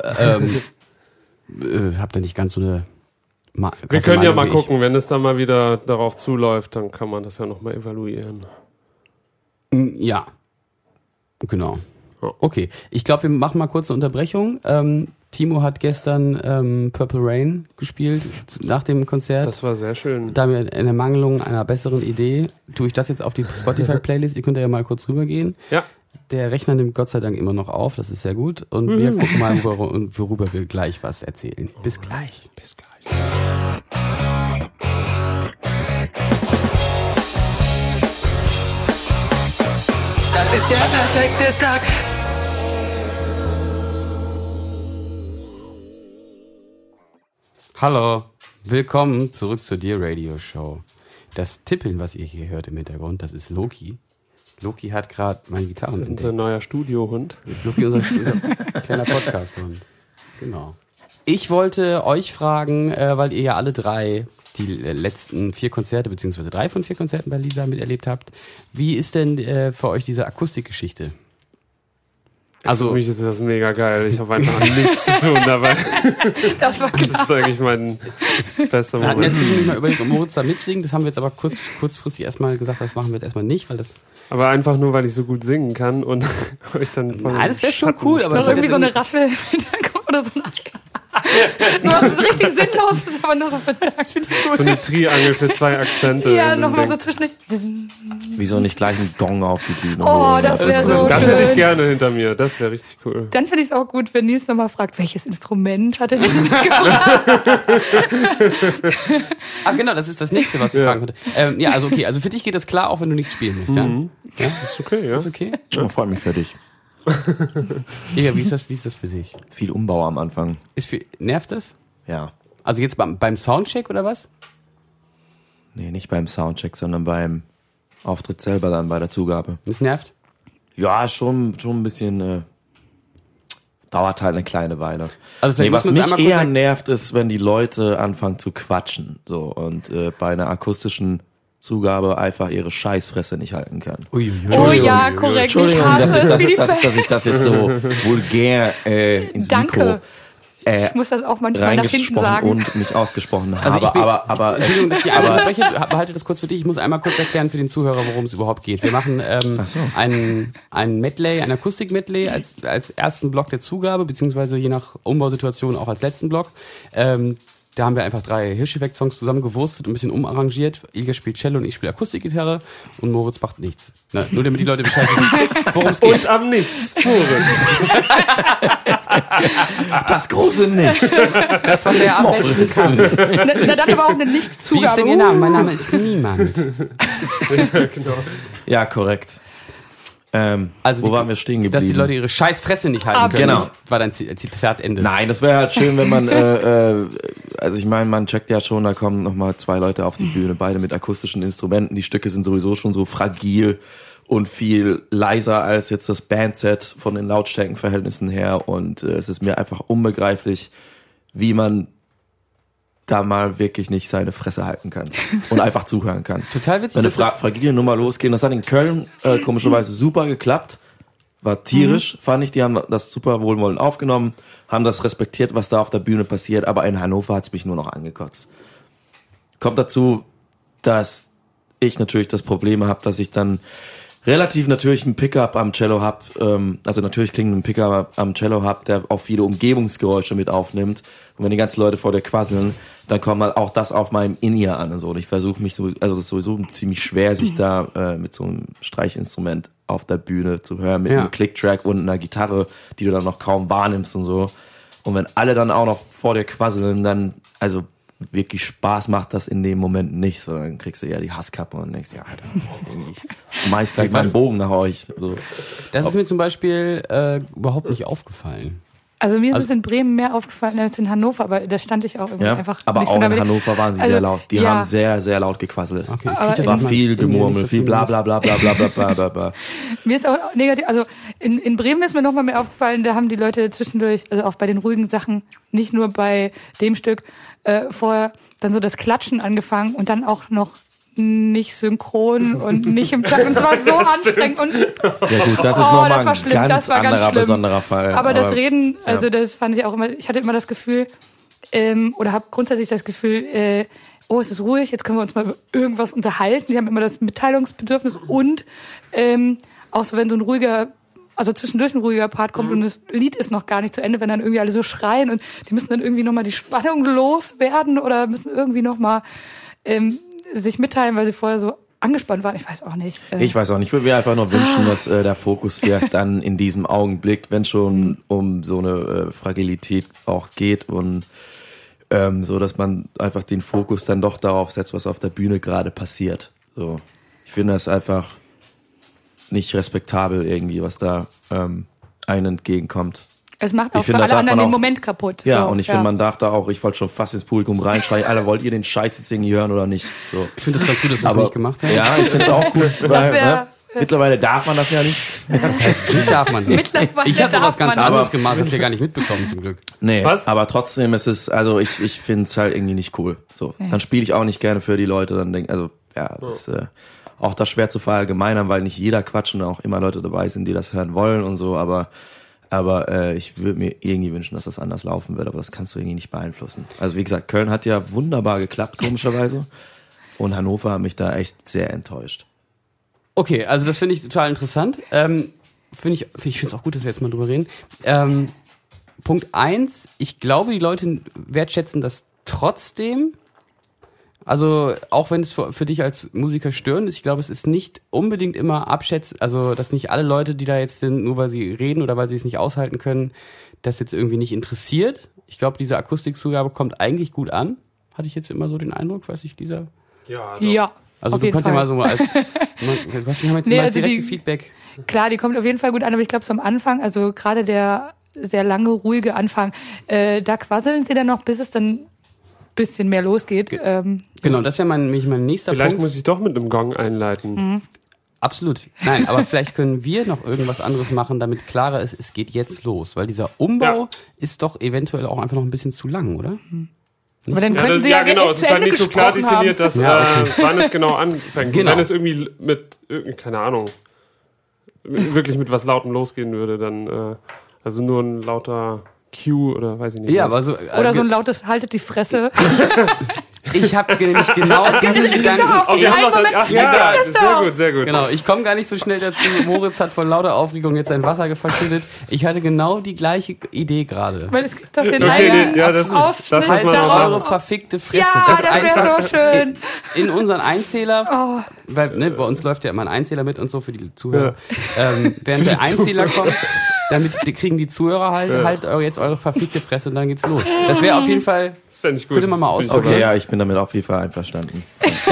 Speaker 1: habt da nicht ganz so eine
Speaker 3: wir können ja mal gucken, wenn es dann mal wieder darauf zuläuft, dann kann man das ja nochmal evaluieren.
Speaker 1: Ja, genau. Okay, ich glaube, wir machen mal kurz eine Unterbrechung. Timo hat gestern Purple Rain gespielt nach dem Konzert.
Speaker 3: Das war sehr schön.
Speaker 1: Da wir in der Mangelung einer besseren Idee, tue ich das jetzt auf die Spotify-Playlist. Ihr könnt ja mal kurz rübergehen.
Speaker 3: Ja. Der
Speaker 1: Rechner nimmt Gott sei Dank immer noch auf, das ist sehr gut. Und wir gucken mal, worüber wir gleich was erzählen. Bis gleich.
Speaker 3: Bis gleich.
Speaker 5: Das ist der perfekte Tag.
Speaker 1: Hallo, willkommen zurück zur Dear Radio Show. Das Tippeln, was ihr hier hört im Hintergrund, das ist Loki. Loki hat gerade meine Gitarre entdeckt.
Speaker 3: Das ist unser neuer Studiohund.
Speaker 1: Loki, unser kleiner Podcast-Hund. Genau. Ich wollte euch fragen, weil ihr ja alle drei die letzten 4 Konzerte, beziehungsweise 3 von 4 Konzerten bei Lisa miterlebt habt. Wie ist denn für euch diese Akustikgeschichte?
Speaker 3: Also für mich ist das mega geil. Ich habe einfach nichts zu tun dabei.
Speaker 4: Das war klar.
Speaker 3: Das ist eigentlich mein bester Moment.
Speaker 1: Wir hatten jetzt zwischendurch mal überlegt, ob Moritz da mitsingen. Das haben wir jetzt aber kurzfristig erstmal gesagt, das machen wir jetzt erstmal nicht, weil das...
Speaker 3: Aber einfach nur, weil ich so gut singen kann und euch dann von
Speaker 1: Nein, das wäre schon cool, aber...
Speaker 4: Noch irgendwie so eine Raschel im Hintergrund oder so ein so was ist richtig sinnlos, ist aber nur so für das.
Speaker 3: So eine Triangel für 2 Akzente.
Speaker 4: Ja, nochmal so zwischendurch.
Speaker 2: Wieso nicht gleich einen Gong auf die Bühne?
Speaker 4: Oh, das wäre so
Speaker 3: Das
Speaker 4: schön.
Speaker 3: hätte ich gerne hinter mir. Das wäre richtig cool.
Speaker 4: Dann finde ich es auch gut, wenn Nils nochmal fragt, welches Instrument hat er sich mitgebracht?
Speaker 1: Genau, das ist das nächste, was ich fragen könnte. Ja, also okay, also für dich geht das klar, auch wenn du nichts spielen musst, ja?
Speaker 3: Ja, ist okay, ja.
Speaker 1: Ist okay?
Speaker 2: Ja, freut mich für dich.
Speaker 1: Eger, wie ist das für dich?
Speaker 2: Viel Umbau am Anfang.
Speaker 1: Nervt das?
Speaker 2: Ja.
Speaker 1: Also jetzt beim Soundcheck oder was?
Speaker 2: Nee, nicht beim Soundcheck, sondern beim Auftritt selber dann bei der Zugabe.
Speaker 1: Das nervt?
Speaker 2: Ja, schon ein bisschen, dauert halt eine kleine Weile.
Speaker 1: Also vielleicht
Speaker 2: was
Speaker 1: müssen wir
Speaker 2: mich
Speaker 1: einmal kurz
Speaker 2: eher
Speaker 1: sagen-
Speaker 2: nervt, ist, wenn die Leute anfangen zu quatschen, so, und bei einer akustischen Zugabe einfach ihre Scheißfresse nicht halten kann.
Speaker 4: Oh ja, korrekt. Ich
Speaker 2: Entschuldigung,
Speaker 4: hasse es wie die
Speaker 2: dass ich das jetzt so vulgär ins
Speaker 4: Danke.
Speaker 2: Mikro
Speaker 4: Ich muss das auch manchmal nach hinten
Speaker 2: reingesprochen
Speaker 4: sagen.
Speaker 2: und nicht ausgesprochen
Speaker 1: Also
Speaker 2: habe.
Speaker 1: ich bin-
Speaker 2: aber
Speaker 1: Entschuldigung, dass ich die einmal unterbreche, behalte das kurz für dich. Ich muss einmal kurz erklären für den Zuhörer, worum es überhaupt geht. Wir machen ein Medley, ein Akustik-Medley als ersten Block der Zugabe, beziehungsweise je nach Umbausituation auch als letzten Block. Da haben wir einfach 3 Hirscheffekt-Songs zusammengewurstet und ein bisschen umarrangiert. Ilja spielt Cello und ich spiele Akustikgitarre und Moritz macht nichts. Na, nur damit die Leute Bescheid wissen, worum es geht.
Speaker 3: Und am Nichts, Moritz.
Speaker 2: das große Nicht.
Speaker 1: Das, was er am besten kann.
Speaker 4: Na, dann aber auch eine
Speaker 1: Wie ist
Speaker 4: Nichtszugabe.
Speaker 1: denn Ihr Name? Mein Name ist Niemand.
Speaker 3: Genau.
Speaker 2: Ja, korrekt.
Speaker 1: Also
Speaker 2: wo waren wir stehen geblieben?
Speaker 1: Dass die Leute ihre Scheißfresse nicht halten können.
Speaker 2: Genau.
Speaker 1: War dein Zitatende.
Speaker 2: Nein, das wäre halt schön, wenn man, also ich meine, man checkt ja schon, da kommen nochmal 2 Leute auf die Bühne, beide mit akustischen Instrumenten. Die Stücke sind sowieso schon so fragil und viel leiser als jetzt das Bandset von den Lautstärkenverhältnissen her. Und es ist mir einfach unbegreiflich, wie man da mal wirklich nicht seine Fresse halten kann und einfach zuhören kann.
Speaker 1: Total witzig.
Speaker 2: Wenn eine fragile Nummer losgeht, das hat in Köln komischerweise super geklappt, war tierisch, fand ich, die haben das super wohlwollend aufgenommen, haben das respektiert, was da auf der Bühne passiert, aber in Hannover hat's mich nur noch angekotzt. Kommt dazu, dass ich natürlich das Problem habe, dass ich dann relativ natürlich einen Pickup am Cello hab, also natürlich klingenden Pickup am Cello hab, der auch viele Umgebungsgeräusche mit aufnimmt. Und wenn die ganzen Leute vor dir quasseln, dann kommt halt auch das auf meinem In-Ear an und so. Und ich versuche mich so, also das ist sowieso ziemlich schwer, sich da mit so einem Streichinstrument auf der Bühne zu hören, mit einem Clicktrack und einer Gitarre, die du dann noch kaum wahrnimmst und so. Und wenn alle dann auch noch vor dir quasseln, dann, also wirklich Spaß macht das in dem Moment nicht, sondern dann kriegst du ja die Hasskappe und denkst, ja, Alter, ich schmeiß gleich meinen Bogen nach euch. So.
Speaker 1: Das ist mir zum Beispiel überhaupt nicht aufgefallen.
Speaker 4: Also mir ist es in Bremen mehr aufgefallen als in Hannover, aber da stand ich auch irgendwie einfach
Speaker 2: aber
Speaker 4: nicht
Speaker 2: auch
Speaker 4: so
Speaker 2: in
Speaker 4: damit.
Speaker 2: Hannover waren sie
Speaker 4: Also,
Speaker 2: sehr laut. Die haben sehr, sehr laut gequasselt.
Speaker 1: Okay,
Speaker 4: Aber
Speaker 2: War viel Gemurmel, viel bla bla bla bla bla bla bla bla bla.
Speaker 4: Mir ist auch negativ, also in Bremen ist mir nochmal mehr aufgefallen, da haben die Leute zwischendurch, also auch bei den ruhigen Sachen, nicht nur bei dem Stück, vorher dann so das Klatschen angefangen und dann auch noch nicht synchron und nicht im Takt. Und es war so anstrengend. Und
Speaker 2: Ja gut, das ist
Speaker 4: das
Speaker 2: nochmal
Speaker 4: war
Speaker 2: ein
Speaker 4: schlimm,
Speaker 2: ganz
Speaker 4: das war ganz
Speaker 2: anderer,
Speaker 4: schlimm.
Speaker 2: besonderer Fall.
Speaker 4: Aber das Reden, also das fand ich auch immer, ich hatte immer das Gefühl, oder habe grundsätzlich das Gefühl, oh, es ist ruhig, jetzt können wir uns mal über irgendwas unterhalten. Die haben immer das Mitteilungsbedürfnis und auch so, wenn so ein ruhiger, also zwischendurch ein ruhiger Part kommt und das Lied ist noch gar nicht zu Ende, wenn dann irgendwie alle so schreien und die müssen dann irgendwie nochmal die Spannung loswerden oder müssen irgendwie nochmal sich mitteilen, weil sie vorher so angespannt waren. Ich weiß auch nicht.
Speaker 2: Ich weiß auch nicht. Ich würde mir einfach nur wünschen, dass der Fokus vielleicht dann in diesem Augenblick, wenn es schon um so eine Fragilität auch geht und so, dass man einfach den Fokus dann doch darauf setzt, was auf der Bühne gerade passiert. So, ich finde das einfach nicht respektabel irgendwie, was da einen entgegenkommt.
Speaker 4: Es macht auch
Speaker 2: Ich finde,
Speaker 4: für
Speaker 2: da
Speaker 4: alle
Speaker 2: darf
Speaker 4: anderen
Speaker 2: man
Speaker 4: den
Speaker 2: auch-
Speaker 4: Moment kaputt.
Speaker 2: Ja,
Speaker 4: so,
Speaker 2: und ich finde, man darf da auch, ich wollte schon fast ins Publikum reinschreien, Alter, wollt ihr den Scheiß jetzt irgendwie hören oder nicht? So.
Speaker 1: Ich finde das ganz gut, dass du das
Speaker 2: Aber-
Speaker 1: nicht gemacht hast.
Speaker 2: Ja, ich finde es auch gut, weil
Speaker 4: wär-
Speaker 2: mittlerweile darf man das ja nicht.
Speaker 1: Das heißt, die darf man nicht.
Speaker 4: Mittlerweile
Speaker 1: Ich habe da was
Speaker 4: darf
Speaker 1: ganz
Speaker 4: man.
Speaker 1: anderes gemacht, das hast du ja gar nicht mitbekommen, zum Glück.
Speaker 2: Nee,
Speaker 3: Was?
Speaker 2: aber trotzdem ist es, also ich finde es halt irgendwie nicht cool. So, dann spiele ich auch nicht gerne für die Leute, dann denke, also ja, das ist auch das schwer zu verallgemeinern, weil nicht jeder quatscht und auch immer Leute dabei sind, die das hören wollen und so, aber Aber ich würde mir irgendwie wünschen, dass das anders laufen wird, aber das kannst du irgendwie nicht beeinflussen. Also wie gesagt, Köln hat ja wunderbar geklappt, komischerweise. Und Hannover hat mich da echt sehr enttäuscht.
Speaker 1: Okay, also das finde ich total interessant. Ich finde es auch gut, dass wir jetzt mal drüber reden. Punkt 1, ich glaube, die Leute wertschätzen das trotzdem. Also auch wenn es für dich als Musiker störend ist, ich glaube, es ist nicht unbedingt immer abschätzen, also dass nicht alle Leute, die da jetzt sind, nur weil sie reden oder weil sie es nicht aushalten können, das jetzt irgendwie nicht interessiert. Ich glaube, diese Akustikzugabe kommt eigentlich gut an. Hatte ich jetzt immer so den Eindruck, weiß ich, Lisa?
Speaker 4: Ja.
Speaker 1: Also du kannst ja mal so als, wir haben jetzt mal als direkte Feedback.
Speaker 4: Klar, die kommt auf jeden Fall gut an, aber ich glaube so am Anfang, also gerade der sehr lange, ruhige Anfang, da quasseln sie dann noch, bis es dann ein bisschen mehr losgeht.
Speaker 1: Genau, das wäre mein nächster
Speaker 3: Vielleicht
Speaker 1: Punkt.
Speaker 3: muss ich doch mit einem Gong einleiten.
Speaker 4: Mhm.
Speaker 1: Absolut. Nein, aber vielleicht können wir noch irgendwas anderes machen, damit klarer ist, es geht jetzt los. Weil dieser Umbau ist doch eventuell auch einfach noch ein bisschen zu lang, oder?
Speaker 4: Aber dann
Speaker 3: Ja,
Speaker 4: könnten
Speaker 3: das,
Speaker 4: sie
Speaker 3: ja genau, es ist halt nicht so klar
Speaker 4: gesprochen haben.
Speaker 3: definiert, dass, wann es genau anfängt.
Speaker 1: Genau.
Speaker 3: Und wenn es irgendwie mit, keine Ahnung, wirklich mit was Lautem losgehen würde, dann, also nur ein lauter Q oder weiß ich nicht.
Speaker 1: Ja,
Speaker 3: was.
Speaker 1: aber so,
Speaker 4: Oder so ein lautes Haltet die Fresse.
Speaker 1: ich habe nämlich genau diesen Gedanken.
Speaker 3: Oh, wir haben noch das,
Speaker 1: Ja,
Speaker 3: sehr gut, sehr gut.
Speaker 1: Genau, ich komme gar nicht so schnell dazu. Moritz hat vor lauter Aufregung jetzt sein Wasser verschüttet. Ich hatte genau die gleiche Idee gerade.
Speaker 4: Weil es gibt doch den
Speaker 3: Okay, ja, das
Speaker 4: Ausschnitt
Speaker 3: muss man
Speaker 1: Haltet
Speaker 3: noch
Speaker 1: eure
Speaker 3: machen.
Speaker 1: verfickte Fresse.
Speaker 4: Ja, das wäre so schön.
Speaker 1: In unseren Einzähler, weil bei uns läuft ja immer ein Einzähler mit und so für die Zuhörer. Während der Einzähler kommt, damit kriegen die Zuhörer halt jetzt eure verfickte Fresse und dann geht's los. Das wäre auf jeden Fall,
Speaker 3: Fände ich gut.
Speaker 1: könnte man mal ausprobieren.
Speaker 2: Okay, ja, ich bin damit auf jeden Fall einverstanden.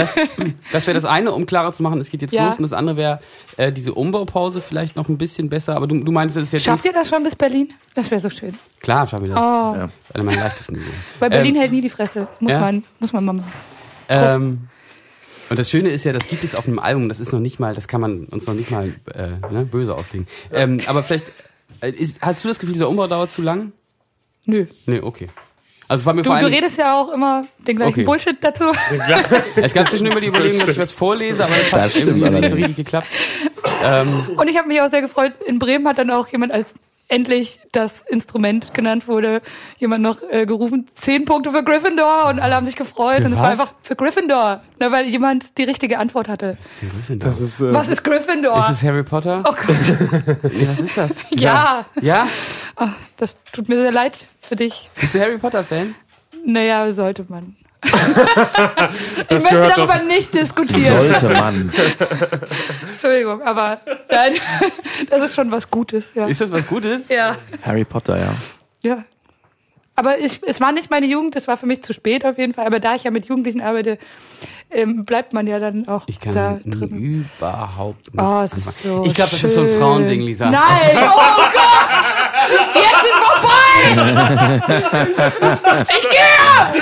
Speaker 1: Das wäre das eine, um klarer zu machen, es geht jetzt los. Und das andere wäre diese Umbaupause vielleicht noch ein bisschen besser. Aber du meinst, das ist jetzt
Speaker 4: Schafft ihr das schon bis Berlin? Das wäre so schön.
Speaker 1: Klar, schaffen wir das.
Speaker 4: Oh.
Speaker 2: Ja.
Speaker 1: Eine meiner leichtesten Übungen.
Speaker 4: Weil Berlin hält nie die Fresse. Muss
Speaker 1: Ja.
Speaker 4: man mal machen.
Speaker 1: Und das Schöne ist ja, das gibt es auf einem Album, das ist noch nicht mal, das kann man uns noch nicht mal böse auslegen. Aber vielleicht, hast du das Gefühl, dieser Umbau dauert zu lang?
Speaker 4: Nö.
Speaker 1: Nee, okay. Also es war mir
Speaker 4: Du
Speaker 1: vor allem,
Speaker 4: redest ja auch immer den gleichen
Speaker 1: Okay.
Speaker 4: Bullshit dazu.
Speaker 1: es gab zwischen immer die Überlegung, dass ich was vorlese, aber das hat
Speaker 2: Das stimmt
Speaker 1: irgendwie nicht so
Speaker 2: allerdings.
Speaker 1: richtig geklappt.
Speaker 4: Und ich habe mich auch sehr gefreut, in Bremen hat dann auch jemand, als endlich das Instrument genannt wurde, jemand noch gerufen, 10 Punkte für Gryffindor und alle haben sich gefreut.
Speaker 1: Für
Speaker 4: und es war
Speaker 1: was?
Speaker 4: einfach für Gryffindor, weil jemand die richtige Antwort hatte.
Speaker 1: Was ist denn Gryffindor?
Speaker 3: Das ist,
Speaker 4: Was ist Gryffindor?
Speaker 1: Ist es Harry Potter?
Speaker 4: Oh Gott,
Speaker 1: Nee, was ist das?
Speaker 4: ja.
Speaker 1: Ja?
Speaker 4: Ach, das tut mir sehr leid für dich.
Speaker 1: Bist du Harry Potter-Fan?
Speaker 4: Naja, sollte man. Ich
Speaker 3: Das
Speaker 4: möchte
Speaker 3: gehört
Speaker 4: darüber nicht diskutieren.
Speaker 2: Sollte man.
Speaker 4: Entschuldigung, aber nein, das ist schon was Gutes. Ja.
Speaker 1: Ist das was Gutes?
Speaker 4: Ja.
Speaker 2: Harry Potter, ja.
Speaker 4: Ja. Aber es war nicht meine Jugend, es war für mich zu spät auf jeden Fall. Aber da ich ja mit Jugendlichen arbeite, bleibt man ja dann auch
Speaker 1: Ich kann
Speaker 4: da
Speaker 1: damit
Speaker 4: drin.
Speaker 1: überhaupt nichts
Speaker 4: Oh, es
Speaker 1: anfangen.
Speaker 4: ist so
Speaker 1: Ich glaube, das ist so ein
Speaker 4: schön.
Speaker 1: Frauending, Lisa.
Speaker 4: Nein! Oh Gott! Jetzt ist vorbei! Ich gehe!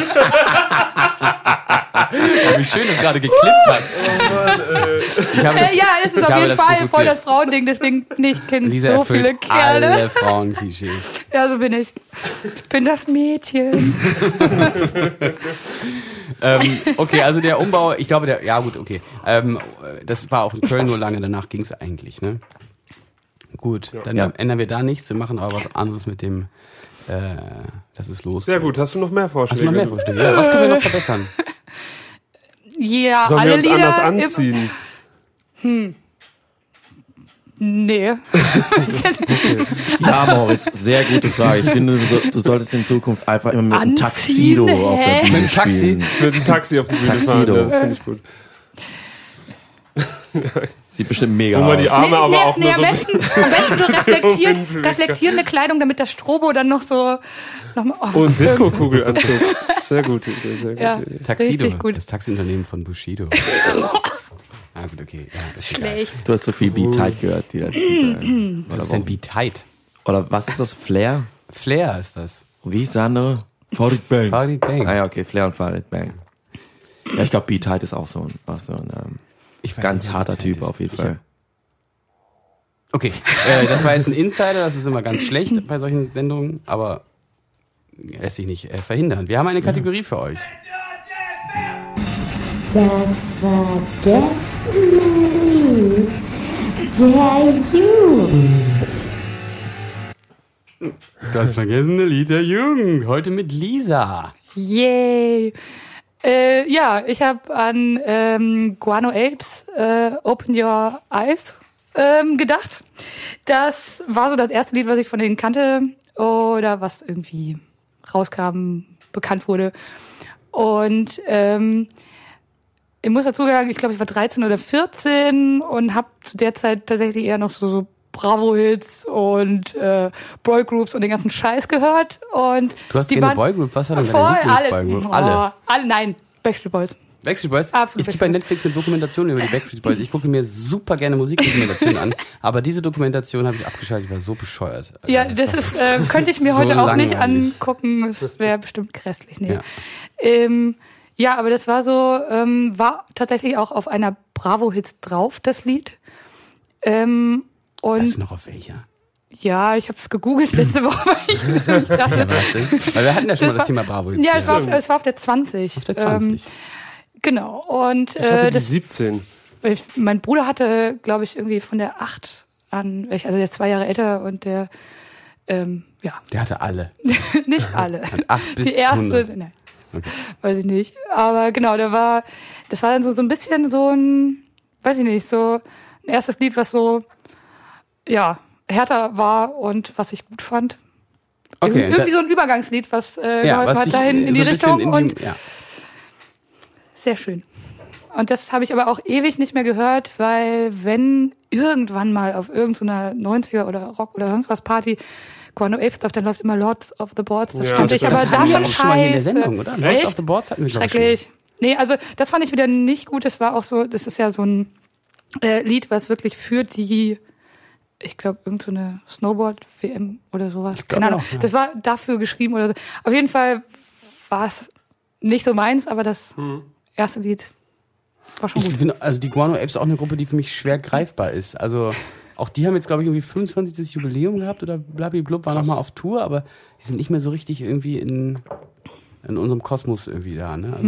Speaker 1: Wie schön das gerade geklippt hat. Ich habe das,
Speaker 4: Ja, es ist
Speaker 1: ich
Speaker 4: auf
Speaker 1: habe
Speaker 4: jeden
Speaker 1: das
Speaker 4: Fall voll
Speaker 1: provoziert.
Speaker 4: das Frauending, deswegen ich kenne
Speaker 1: Lisa
Speaker 4: so
Speaker 1: erfüllt
Speaker 4: viele Kerle.
Speaker 1: alle Frauenklischees.
Speaker 4: Ja, so bin ich. Ich bin das Mädchen.
Speaker 1: Okay, also der Umbau, ich glaube, ja gut, okay. Das war auch in Köln nur lange, danach ging es eigentlich, ne? Gut, dann
Speaker 2: Ja.
Speaker 1: ändern wir da nichts, wir machen aber was anderes mit dem, dass es losgeht.
Speaker 3: sehr gut, hast du noch mehr Vorschläge?
Speaker 1: Hast du noch mehr Vorschläge? Ja, was können wir noch verbessern?
Speaker 4: Ja,
Speaker 3: Sollen wir
Speaker 4: alle
Speaker 3: uns
Speaker 4: Lieder.
Speaker 3: anders anziehen?
Speaker 4: Nee.
Speaker 2: Ja, Moritz, sehr gute Frage. Ich finde, du solltest in Zukunft einfach immer mit einem
Speaker 4: Anziehen,
Speaker 2: Taxido auf der
Speaker 4: hä?
Speaker 2: Bühne
Speaker 1: Mit einem Taxi?
Speaker 2: spielen.
Speaker 3: Mit einem Taxi auf die Bühne
Speaker 2: Taxido.
Speaker 3: fahren, ja, das finde ich gut.
Speaker 2: Sieht bestimmt mega
Speaker 3: Wo man die
Speaker 2: aus.
Speaker 3: Arme aber auch nur
Speaker 4: am
Speaker 3: so ein
Speaker 4: besten so reflektierende Kleidung, damit das Strobo dann noch so...
Speaker 3: und Disco-Kugelanzug. Sehr gute Idee, sehr gute
Speaker 4: Ja.
Speaker 3: Idee.
Speaker 1: Taxido,
Speaker 4: Richtig gut.
Speaker 1: das Taxiunternehmen von Bushido. Ah gut, okay. Ja, ist egal.
Speaker 4: Schlecht.
Speaker 2: Du hast so viel Beat-Tight gehört die letzten
Speaker 1: Was ist denn Be-Tight?
Speaker 2: Oder was ist das? Flair?
Speaker 1: Flair ist das.
Speaker 2: Wie ist der andere? Farid Bang.
Speaker 1: Farid Bang.
Speaker 2: Ah ja, okay, Flair und Farid Bang. Ja, ich glaube, Beat-Tight ist auch so ein
Speaker 1: Ich weiß
Speaker 2: ganz
Speaker 1: nicht, wer
Speaker 2: harter
Speaker 1: Be-Tight
Speaker 2: Typ
Speaker 1: ist.
Speaker 2: auf jeden
Speaker 1: Ich
Speaker 2: Fall.
Speaker 1: Okay, das war jetzt ein Insider, das ist immer ganz schlecht bei solchen Sendungen, aber lässt sich nicht verhindern. Wir haben eine Kategorie für euch.
Speaker 6: Das war Gästenlied der Jugend.
Speaker 1: Das vergessene Lied der Jugend. Heute mit Lisa.
Speaker 4: Yay. Ja, ich habe an Guano Apes Open Your Eyes gedacht. Das war so das erste Lied, was ich von denen kannte oder was irgendwie rauskam, bekannt wurde. Und ich muss dazu sagen, ich glaube, ich war 13 oder 14 und habe zu der Zeit tatsächlich eher noch so Bravo-Hits und Boygroups und den ganzen Scheiß gehört. Und
Speaker 1: du hast keine Boygroup? Was hat denn deine Lieblings-Boygroup?
Speaker 4: Alle, nein, Backstreet Boys.
Speaker 1: Backstreet Boys?
Speaker 4: Absolut.
Speaker 1: Es gibt bei Netflix eine Dokumentation über die Backstreet Boys. Ich gucke mir super gerne Musikdokumentationen an, aber diese Dokumentation habe ich abgeschaltet, die war so bescheuert.
Speaker 4: Also ja, das ist, könnte ich mir so heute auch langweilig. Nicht angucken. Das wäre bestimmt grässlich. Nee. Ja. Ja, aber das war so, war tatsächlich auch auf einer Bravo-Hits drauf, das Lied. Und
Speaker 1: weißt du noch auf welcher?
Speaker 4: Ja, ich habe es gegoogelt letzte Woche, weil ich dachte,
Speaker 1: weil wir hatten ja schon mal das Thema Bravo-Hits.
Speaker 4: Ja, es war auf der 20.
Speaker 1: Auf der 20.
Speaker 4: Genau. Und
Speaker 3: ich hatte die 17.
Speaker 4: Mein Bruder hatte, glaube ich, irgendwie von der 8 an, also der ist 2 Jahre älter und der, ja.
Speaker 1: Der hatte alle.
Speaker 4: Nicht alle.
Speaker 1: Hat 8 bis
Speaker 4: die erste,
Speaker 1: 100.
Speaker 4: Nein. Okay. Weiß ich nicht. Aber genau, das war dann so ein bisschen so ein, weiß ich nicht, so ein erstes Lied, was so, ja, härter war und was ich gut fand.
Speaker 1: Okay.
Speaker 4: Irgendwie so ein Übergangslied, was geholfen hat dahin in die Richtung und sehr schön. Und das habe ich aber auch ewig nicht mehr gehört, weil wenn irgendwann mal auf irgendeiner 90er oder Rock oder sonst was Party Guano Apes läuft, dann läuft immer Lords of the Boards. Das stimmt nicht, aber da schon
Speaker 1: schon mal hier in der Sendung, oder? Lords of the Boards hatten wir schon.
Speaker 4: Schrecklich. Nee, also das fand ich wieder nicht gut. Das war auch so, das ist ja so ein Lied, was wirklich für die, ich glaube, irgendeine Snowboard-WM oder sowas. Keine Ahnung. Ja. Das war dafür geschrieben oder so. Auf jeden Fall war es nicht so meins, aber das erste Lied war schon gut.
Speaker 1: Ich finde, also die Guano Apes auch eine Gruppe, die für mich schwer greifbar ist. Also auch die haben jetzt, glaube ich, irgendwie 25. Jubiläum gehabt oder blablablub, war nochmal auf Tour, aber die sind nicht mehr so richtig irgendwie in unserem Kosmos irgendwie da. Ne?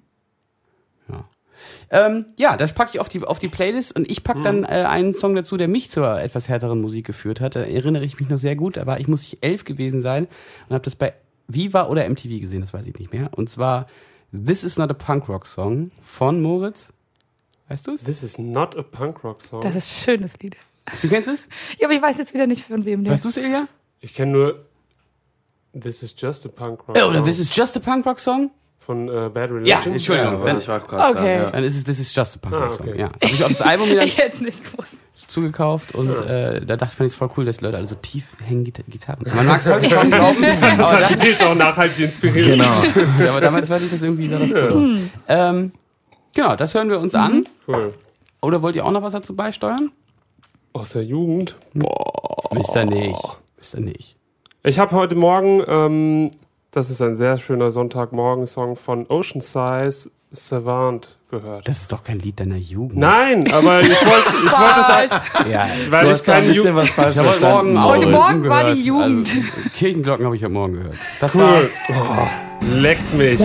Speaker 1: Also ja, das packe ich auf die Playlist und ich packe dann einen Song dazu, der mich zur etwas härteren Musik geführt hat. Da erinnere ich mich noch sehr gut, aber muss ich 11 gewesen sein und habe das bei Viva oder MTV gesehen, das weiß ich nicht mehr. Und zwar This Is Not a Punk Rock Song von Moritz. Weißt du es?
Speaker 3: This is not a Punk Rock Song.
Speaker 4: Das ist ein schönes Lied.
Speaker 1: Du kennst es?
Speaker 4: Ja, aber ich weiß jetzt wieder nicht, von wem der.
Speaker 1: Weißt du es, Ilja?
Speaker 3: Ich kenne nur This is Just a Punk Rock Song.
Speaker 1: Oder This is Just a Punk Rock Song?
Speaker 3: Von Bad Religion?
Speaker 1: Ja, Entschuldigung.
Speaker 2: Ja, ich war gerade sagen, ja.
Speaker 1: Dann ist es This is Just a Punk Rock Song. Ja. Habe ich auf das Album wieder
Speaker 4: jetzt nicht gewusst.
Speaker 1: Zugekauft und fand ich es voll cool, dass die Leute alle so tief hängen Gitarren. Man mag es heute kaum glauben.
Speaker 3: Das hat mich jetzt auch nachhaltig inspiriert.
Speaker 2: Genau.
Speaker 1: Ja, aber damals fand ich das irgendwie sah das gut aus. Genau, das hören wir uns an.
Speaker 3: Cool.
Speaker 1: Oder wollt ihr auch noch was dazu beisteuern?
Speaker 3: Aus der Jugend?
Speaker 1: Boah. Wisst ihr nicht.
Speaker 3: Ich habe heute Morgen, das ist ein sehr schöner Sonntagmorgen-Song von Ocean Size, Savant gehört.
Speaker 1: Das ist doch kein Lied deiner Jugend.
Speaker 3: Nein, aber ich wollte es halt,
Speaker 1: ja,
Speaker 3: weil ich keine Jugend...
Speaker 2: was falsch verstanden.
Speaker 4: Heute Morgen war die Jugend.
Speaker 1: Also, Kirchenglocken habe ich heute Morgen gehört. Das
Speaker 3: cool. Leckt mich.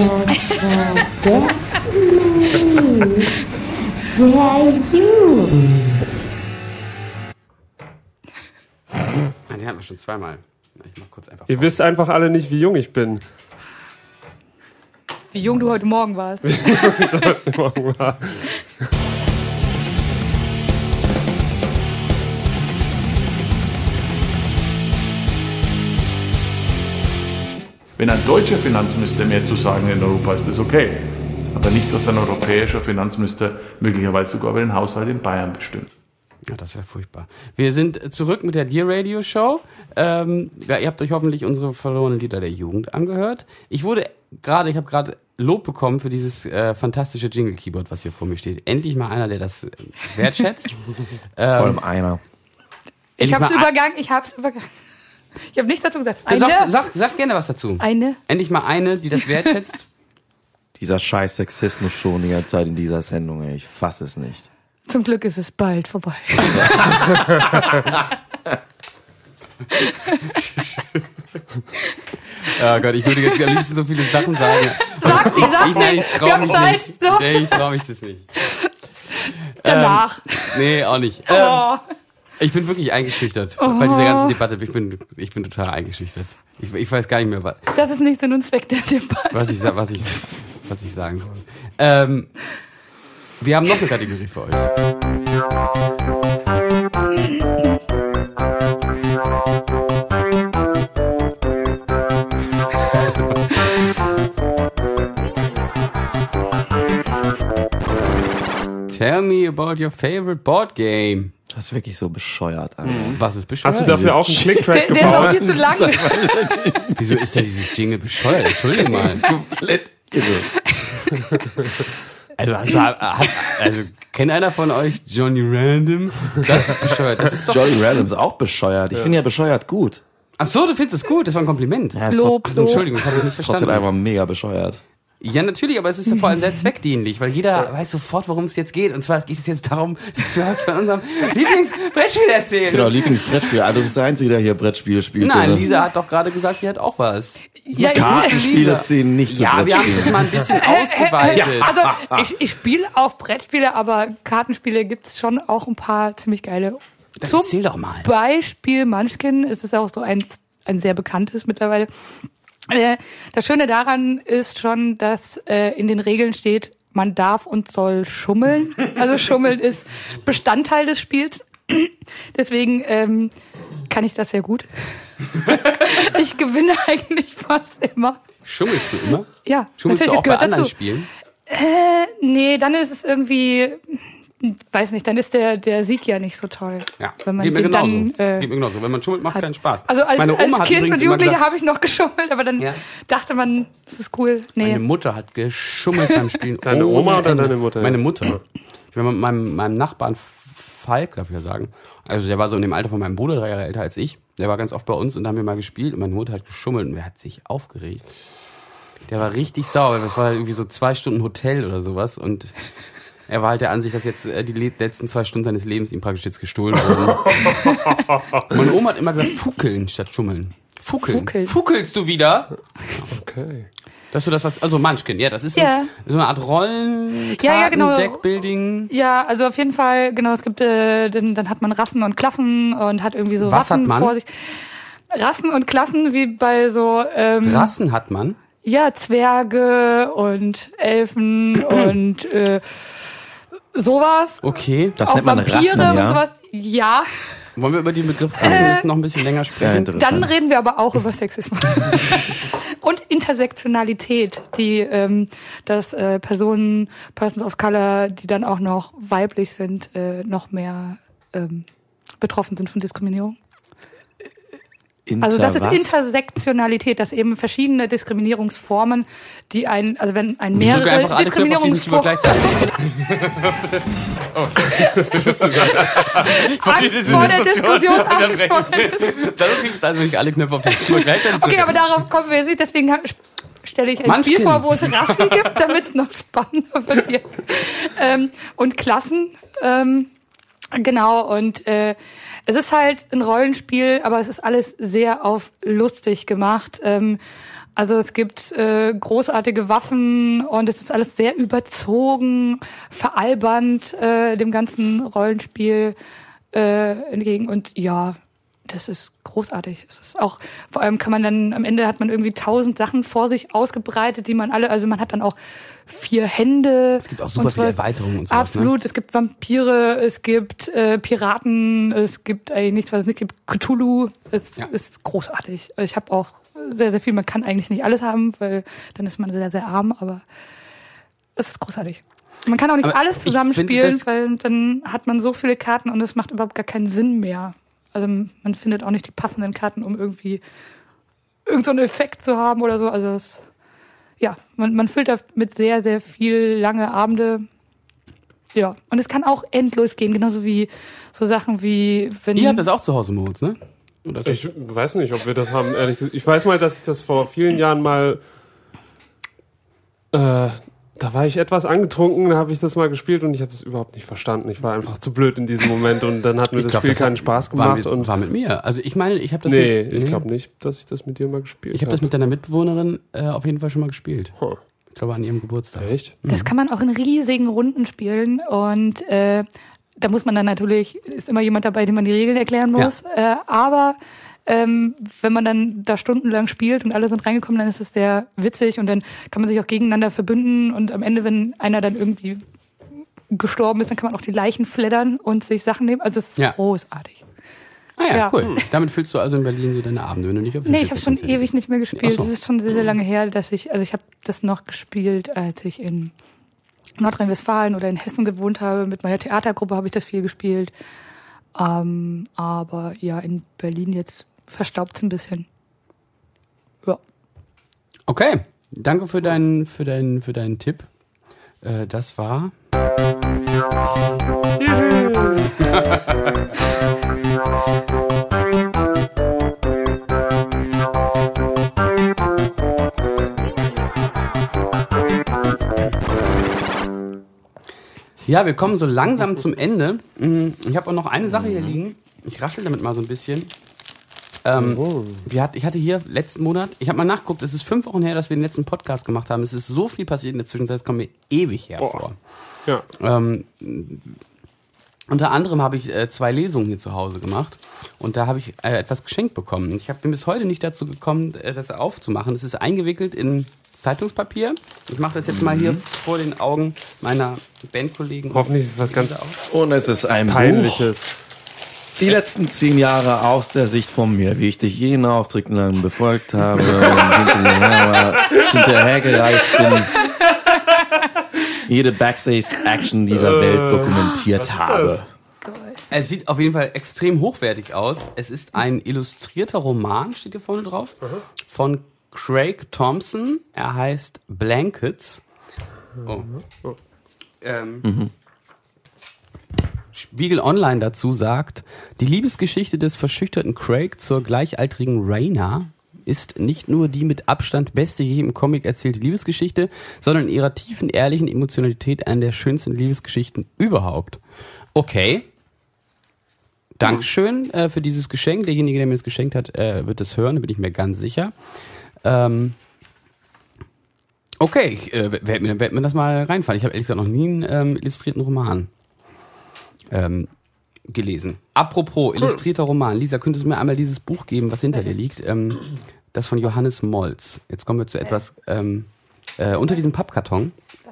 Speaker 1: Den hatten wir schon zweimal. Ich mach kurz einfach.
Speaker 3: Ihr wisst einfach alle nicht, wie jung ich bin.
Speaker 4: Wie jung du heute Morgen warst.
Speaker 6: Wenn ein deutscher Finanzminister mehr zu sagen in Europa ist, ist okay. Aber nicht, dass ein europäischer Finanzminister möglicherweise sogar über den Haushalt in Bayern bestimmt.
Speaker 1: Ja, das wäre furchtbar. Wir sind zurück mit der Dear Radio Show. Ja, ihr habt euch hoffentlich unsere verlorenen Lieder der Jugend angehört. Ich habe gerade Lob bekommen für dieses fantastische Jingle-Keyboard, was hier vor mir steht. Endlich mal einer, der das wertschätzt.
Speaker 2: Vor allem einer.
Speaker 4: Ich hab's übergangen. Ich habe nichts dazu gesagt.
Speaker 1: Sag gerne was dazu.
Speaker 4: Eine.
Speaker 1: Endlich mal eine, die das wertschätzt.
Speaker 2: Dieser scheiß Sexismus schon die ganze Zeit in dieser Sendung, ey. Ich fass es nicht.
Speaker 4: Zum Glück ist es bald vorbei.
Speaker 1: Oh Gott, ich würde jetzt am liebsten so viele Sachen sagen.
Speaker 4: Sag sie.
Speaker 1: Ich traue mich nicht. Nee, ich traue mich das nicht.
Speaker 4: Danach.
Speaker 1: Nee, auch nicht. Ich bin wirklich eingeschüchtert. Bei dieser ganzen Debatte, ich bin total eingeschüchtert. Ich weiß gar nicht mehr, was.
Speaker 4: Das ist nicht Sinn und Zweck der Debatte.
Speaker 1: Was ich sagen soll. Wir haben noch eine Kategorie für euch. Tell me about your favorite board game.
Speaker 2: Das ist wirklich so bescheuert, Alter.
Speaker 1: Was ist bescheuert?
Speaker 3: Hast du dafür auch einen Click-Track gebaut?
Speaker 4: Der ist auch viel zu lang.
Speaker 1: Wieso ist denn dieses Jingle bescheuert? Entschuldigung mal.
Speaker 2: Komplett irre.
Speaker 1: Also kennt einer von euch Johnny Random? Das ist bescheuert. Das ist doch
Speaker 2: Johnny Random ist auch bescheuert. Ich finde ja bescheuert gut.
Speaker 1: Ach so, du findest es gut. Das war ein Kompliment.
Speaker 2: Ja,
Speaker 4: Lob.
Speaker 1: Entschuldigung, ich habe das nicht verstanden.
Speaker 2: Trotzdem einfach mega bescheuert.
Speaker 1: Ja, natürlich, aber es ist vor allem sehr zweckdienlich, weil jeder weiß sofort, worum es jetzt geht. Und zwar geht es jetzt darum, dass wir von unserem Lieblingsbrettspiel erzählen.
Speaker 2: Genau, Lieblingsbrettspiel. Also du bist der Einzige, der hier Brettspiele spielt.
Speaker 1: Nein,
Speaker 2: oder?
Speaker 1: Lisa hat doch gerade gesagt, sie hat auch was.
Speaker 4: Ja,
Speaker 2: Kartenspiele zählen nicht zu
Speaker 1: Ja, wir haben es jetzt mal ein bisschen ausgeweitet.
Speaker 4: Also ich spiele auch Brettspiele, aber Kartenspiele gibt es schon auch ein paar ziemlich geile.
Speaker 1: Dann
Speaker 4: Zum
Speaker 1: erzähl doch mal.
Speaker 4: Beispiel Munchkin ist es auch so ein sehr bekanntes mittlerweile. Das Schöne daran ist schon, dass in den Regeln steht, man darf und soll schummeln. Also schummeln ist Bestandteil des Spiels. Deswegen kann ich das sehr gut. Ich gewinne eigentlich fast immer.
Speaker 1: Schummelst du immer?
Speaker 4: Ja,
Speaker 1: Schummelst du auch bei anderen
Speaker 4: dazu.
Speaker 1: Spielen?
Speaker 4: Nee, dann ist es irgendwie, weiß nicht, dann ist der Sieg ja nicht so toll.
Speaker 1: Ja,
Speaker 4: wenn man
Speaker 1: geht mir
Speaker 4: den
Speaker 1: genauso.
Speaker 4: dann,
Speaker 1: Geht mir genauso. Wenn man schummelt, macht es keinen Spaß.
Speaker 4: Also
Speaker 1: Meine Oma
Speaker 4: als
Speaker 1: hat
Speaker 4: Kind
Speaker 1: übrigens
Speaker 4: und
Speaker 1: immer
Speaker 4: Jugendliche
Speaker 1: gesagt,
Speaker 4: habe ich noch geschummelt, aber dann dachte man, das ist cool. Nee.
Speaker 1: meine Mutter hat geschummelt beim Spielen.
Speaker 3: Deine Oma oder deine Mutter?
Speaker 1: Meine Mutter. Ich war mit meinem Nachbarn Falk, darf ich ja sagen. Also der war so in dem Alter von meinem Bruder, 3 Jahre älter als ich. Der war ganz oft bei uns und da haben wir mal gespielt und meine Mutter hat geschummelt und er hat sich aufgeregt. Der war richtig sauer. Das war irgendwie so 2 Stunden Hotel oder sowas und er war halt der Ansicht, dass jetzt die letzten 2 Stunden seines Lebens ihm praktisch jetzt gestohlen wurden. Meine Oma hat immer gesagt, fukeln statt schummeln. Fukeln. Fukelst du wieder?
Speaker 3: Okay.
Speaker 1: Dass du das was, also Munchkin, ja, das ist so eine Art Rollen,
Speaker 4: genau.
Speaker 1: Deckbuilding.
Speaker 4: Ja, also auf jeden Fall, genau, es gibt, dann hat man Rassen und Klassen und hat irgendwie so
Speaker 1: Was
Speaker 4: Waffen
Speaker 1: hat man?
Speaker 4: vor sich. Rassen und Klassen wie bei so,
Speaker 1: Rassen hat man?
Speaker 4: ja, Zwerge und Elfen und sowas.
Speaker 1: Okay.
Speaker 2: Das
Speaker 4: Auch
Speaker 2: nennt man
Speaker 4: Vampire
Speaker 2: Rassen,
Speaker 4: und
Speaker 2: ja?
Speaker 4: sowas. Ja.
Speaker 1: Wollen wir über den Begriff Rassen jetzt noch ein bisschen länger
Speaker 2: Sehr
Speaker 1: sprechen?
Speaker 2: interessant.
Speaker 4: Dann reden wir aber auch über Sexismus. Und Intersektionalität, die dass Persons of Color, die dann auch noch weiblich sind, noch mehr betroffen sind von Diskriminierung. Also das ist Intersektionalität, dass eben verschiedene Diskriminierungsformen, die also wenn ein mehrere Diskriminierungsformen... Angst vor der Diskussion.
Speaker 1: Dadurch klingt es, als wenn ich alle Knöpfe auf den Schuhe gleichzeitig
Speaker 4: Okay, aber darauf kommen wir jetzt nicht, deswegen stelle ich ein Spiel vor, wo es Rassen gibt, damit es noch spannender wird hier. Und Klassen, genau, und es ist halt ein Rollenspiel, aber es ist alles sehr auf lustig gemacht. Also es gibt großartige Waffen und es ist alles sehr überzogen, veralbernd dem ganzen Rollenspiel entgegen. Und ja, das ist großartig. Es ist auch, vor allem kann man dann, am Ende hat man irgendwie 1000 Sachen vor sich ausgebreitet, die man alle, also man hat dann auch 4 Hände.
Speaker 1: Es gibt auch super viele Erweiterungen und sowas.
Speaker 4: Absolut,
Speaker 1: ne?
Speaker 4: Es gibt Vampire, es gibt Piraten, es gibt eigentlich nichts, was es nicht gibt. Cthulhu, es ist großartig. Ich habe auch sehr, sehr viel, man kann eigentlich nicht alles haben, weil dann ist man sehr, sehr arm, aber es ist großartig. Man kann auch nicht alles zusammenspielen, weil dann hat man so viele Karten und es macht überhaupt gar keinen Sinn mehr. Also man findet auch nicht die passenden Karten, um irgendwie irgend so einen Effekt zu haben oder so. Also man füllt damit sehr, sehr viel lange Abende. Ja, und es kann auch endlos gehen, genauso wie so Sachen wie...
Speaker 1: Ihr habt das auch zu Hause, Moritz, ne?
Speaker 3: Ich weiß nicht, ob wir das haben, ehrlich gesagt. Ich weiß mal, dass ich das vor vielen Jahren mal... Da war ich etwas angetrunken, da habe ich das mal gespielt und ich habe das überhaupt nicht verstanden. Ich war einfach zu blöd in diesem Moment und dann hat mir das Spiel keinen Spaß gemacht.
Speaker 1: War mit mir. Also ich meine, ich habe das...
Speaker 3: ich glaube nicht, dass ich das mit dir mal gespielt habe.
Speaker 1: Ich habe das mit deiner Mitbewohnerin auf jeden Fall schon mal gespielt. Ich glaube an ihrem Geburtstag.
Speaker 3: Echt?
Speaker 4: Das kann man auch in riesigen Runden spielen und da muss man dann natürlich, ist immer jemand dabei, dem man die Regeln erklären muss. Ja. Aber wenn man dann da stundenlang spielt und alle sind reingekommen, dann ist es sehr witzig und dann kann man sich auch gegeneinander verbünden und am Ende, wenn einer dann irgendwie gestorben ist, dann kann man auch die Leichen fleddern und sich Sachen nehmen. Also es ist großartig.
Speaker 1: Ah ja, cool. Damit füllst du also in Berlin so deine Abende, wenn du nicht auf
Speaker 4: Nee, ich habe schon ewig nicht mehr gespielt. Es ist schon sehr, sehr lange her, dass ich habe das noch gespielt, als ich in Nordrhein-Westfalen oder in Hessen gewohnt habe. Mit meiner Theatergruppe habe ich das viel gespielt. Aber ja, in Berlin jetzt verstaubt es ein bisschen. Ja.
Speaker 1: Okay, danke für deinen Tipp. Das war... Ja, wir kommen so langsam zum Ende. Ich habe auch noch eine Sache hier liegen. Ich raschel damit mal so ein bisschen. Ich hatte hier letzten Monat, ich habe mal nachgeguckt, es ist 5 Wochen her, dass wir den letzten Podcast gemacht haben. Es ist so viel passiert in der Zwischenzeit, es kommt mir ewig hervor.
Speaker 3: Ja.
Speaker 1: Unter anderem habe ich 2 Lesungen hier zu Hause gemacht und da habe ich etwas geschenkt bekommen. Ich bin bis heute nicht dazu gekommen, das aufzumachen. Es ist eingewickelt in Zeitungspapier. Ich mache das jetzt mal hier vor den Augen meiner Bandkollegen.
Speaker 3: Hoffentlich ist es was ganz
Speaker 2: und es ist ein
Speaker 3: Peinliches.
Speaker 2: Buch. Die letzten 10 Jahre aus der Sicht von mir, wie ich dich jeden Auftritt lang befolgt habe und hinterhergereist bin. Jede Backstage-Action dieser Welt dokumentiert habe.
Speaker 1: Es sieht auf jeden Fall extrem hochwertig aus. Es ist ein illustrierter Roman, steht hier vorne drauf, von Craig Thompson. Er heißt Blankets. Spiegel Online dazu sagt, die Liebesgeschichte des verschüchterten Craig zur gleichaltrigen Raina ist nicht nur die mit Abstand beste je im Comic erzählte Liebesgeschichte, sondern in ihrer tiefen, ehrlichen Emotionalität eine der schönsten Liebesgeschichten überhaupt. Okay. Dankeschön für dieses Geschenk. Derjenige, der mir das geschenkt hat, wird es hören, da bin ich mir ganz sicher. Okay, ich werd mir das mal reinfallen. Ich habe ehrlich gesagt noch nie einen illustrierten Roman gelesen. Apropos illustrierter Roman. Lisa, könntest du mir einmal dieses Buch geben, was hinter dir liegt? Das von Johannes Moltz. Jetzt kommen wir zu etwas unter diesem Pappkarton.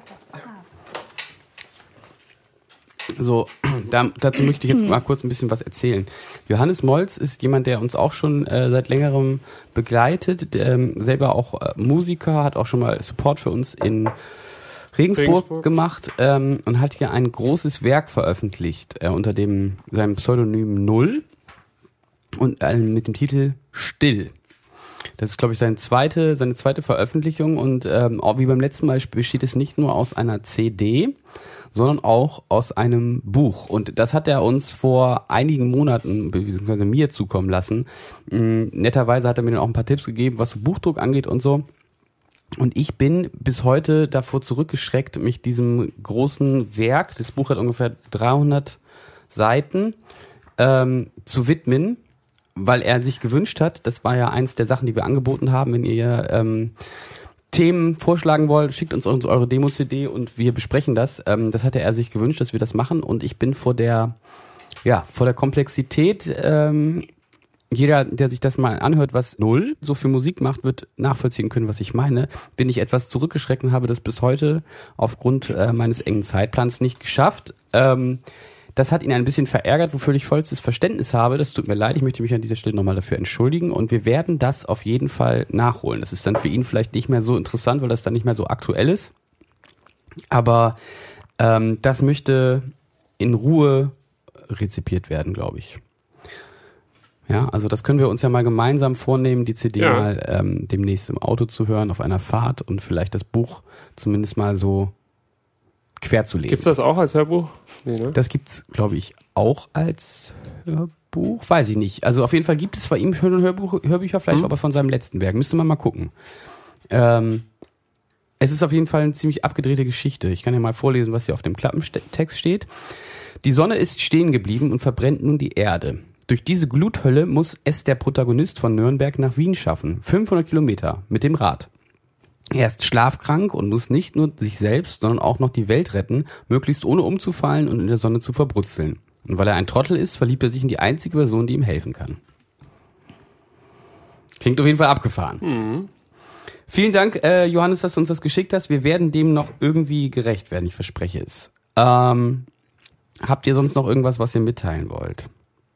Speaker 1: So, dazu möchte ich jetzt mal kurz ein bisschen was erzählen. Johannes Moltz ist jemand, der uns auch schon seit längerem begleitet, selber auch Musiker, hat auch schon mal Support für uns in Regensburg gemacht und hat hier ein großes Werk veröffentlicht unter seinem Pseudonym Null und mit dem Titel Still. Das ist, glaube ich, seine zweite Veröffentlichung und auch wie beim letzten Mal besteht es nicht nur aus einer CD, sondern auch aus einem Buch. Und das hat er uns vor einigen Monaten, beziehungsweise mir zukommen lassen. Netterweise hat er mir dann auch ein paar Tipps gegeben, was so Buchdruck angeht und so. Und ich bin bis heute davor zurückgeschreckt, mich diesem großen Werk, das Buch hat ungefähr 300 Seiten, zu widmen, weil er sich gewünscht hat, das war ja eins der Sachen, die wir angeboten haben, wenn ihr Themen vorschlagen wollt, schickt uns eure Demo-CD und wir besprechen das. Das hatte er sich gewünscht, dass wir das machen und ich bin vor der Komplexität, jeder, der sich das mal anhört, was Null so für Musik macht, wird nachvollziehen können, was ich meine, bin ich etwas zurückgeschreckt und habe das bis heute aufgrund meines engen Zeitplans nicht geschafft. Das hat ihn ein bisschen verärgert, wofür ich vollstes Verständnis habe. Das tut mir leid, ich möchte mich an dieser Stelle nochmal dafür entschuldigen und wir werden das auf jeden Fall nachholen. Das ist dann für ihn vielleicht nicht mehr so interessant, weil das dann nicht mehr so aktuell ist. Aber das möchte in Ruhe rezipiert werden, glaube ich. Ja, also das können wir uns ja mal gemeinsam vornehmen, die CD mal demnächst im Auto zu hören, auf einer Fahrt und vielleicht das Buch zumindest mal so quer zu lesen.
Speaker 3: Gibt's das auch als Hörbuch? Nee, ne?
Speaker 1: Das gibt's, glaube ich, auch als Hörbuch. Weiß ich nicht. Also auf jeden Fall gibt es bei ihm schon Hörbücher, vielleicht aber von seinem letzten Werk. Müsste man mal gucken. Es ist auf jeden Fall eine ziemlich abgedrehte Geschichte. Ich kann ja mal vorlesen, was hier auf dem Klappentext steht. Die Sonne ist stehen geblieben und verbrennt nun die Erde. Durch diese Gluthölle muss es der Protagonist von Nürnberg nach Wien schaffen. 500 Kilometer mit dem Rad. Er ist schlafkrank und muss nicht nur sich selbst, sondern auch noch die Welt retten, möglichst ohne umzufallen und in der Sonne zu verbrutzeln. Und weil er ein Trottel ist, verliebt er sich in die einzige Person, die ihm helfen kann. Klingt auf jeden Fall abgefahren. Mhm. Vielen Dank, Johannes, dass du uns das geschickt hast. Wir werden dem noch irgendwie gerecht werden, ich verspreche es. Habt ihr sonst noch irgendwas, was ihr mitteilen wollt?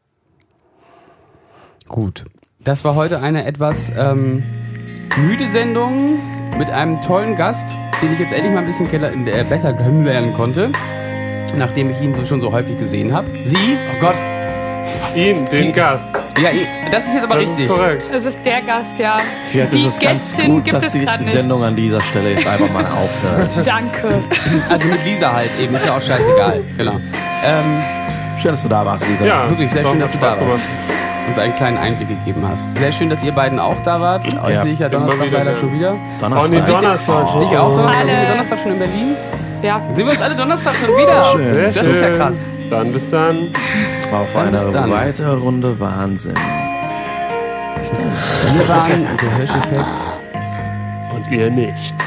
Speaker 1: Gut. Das war heute eine etwas müde Sendung mit einem tollen Gast, den ich jetzt endlich mal ein bisschen besser kennenlernen konnte, nachdem ich ihn schon so häufig gesehen habe. Sie? Oh Gott.
Speaker 3: Den Gast.
Speaker 1: Ja, das ist jetzt aber
Speaker 3: das
Speaker 1: richtig.
Speaker 3: Ist korrekt.
Speaker 4: Es ist der Gast, ja.
Speaker 2: Vielleicht ist es ganz gut, dass die Sendung an dieser Stelle jetzt einfach mal aufhört.
Speaker 4: Danke.
Speaker 1: Also mit Lisa halt eben, ist ja auch scheißegal. Genau.
Speaker 2: Schön, dass du da warst, Lisa.
Speaker 1: Ja, wirklich, sehr schön, dass du da warst. Uns einen kleinen Einblick gegeben hast. Sehr schön, dass ihr beiden auch da wart. Euch sehe ich ja Donnerstag leider schon wieder.
Speaker 3: Donnerstag.
Speaker 1: Dich auch Donnerstag? Sind wir Donnerstag schon in Berlin?
Speaker 4: Ja.
Speaker 1: Sind wir uns alle Donnerstag schon wieder?
Speaker 3: Schön.
Speaker 1: Das ist ja krass.
Speaker 3: Dann bis dann.
Speaker 2: Auf eine weitere Runde Wahnsinn. Bis dann.
Speaker 1: Wir waren der Hirscheffekt.
Speaker 3: Und ihr nicht.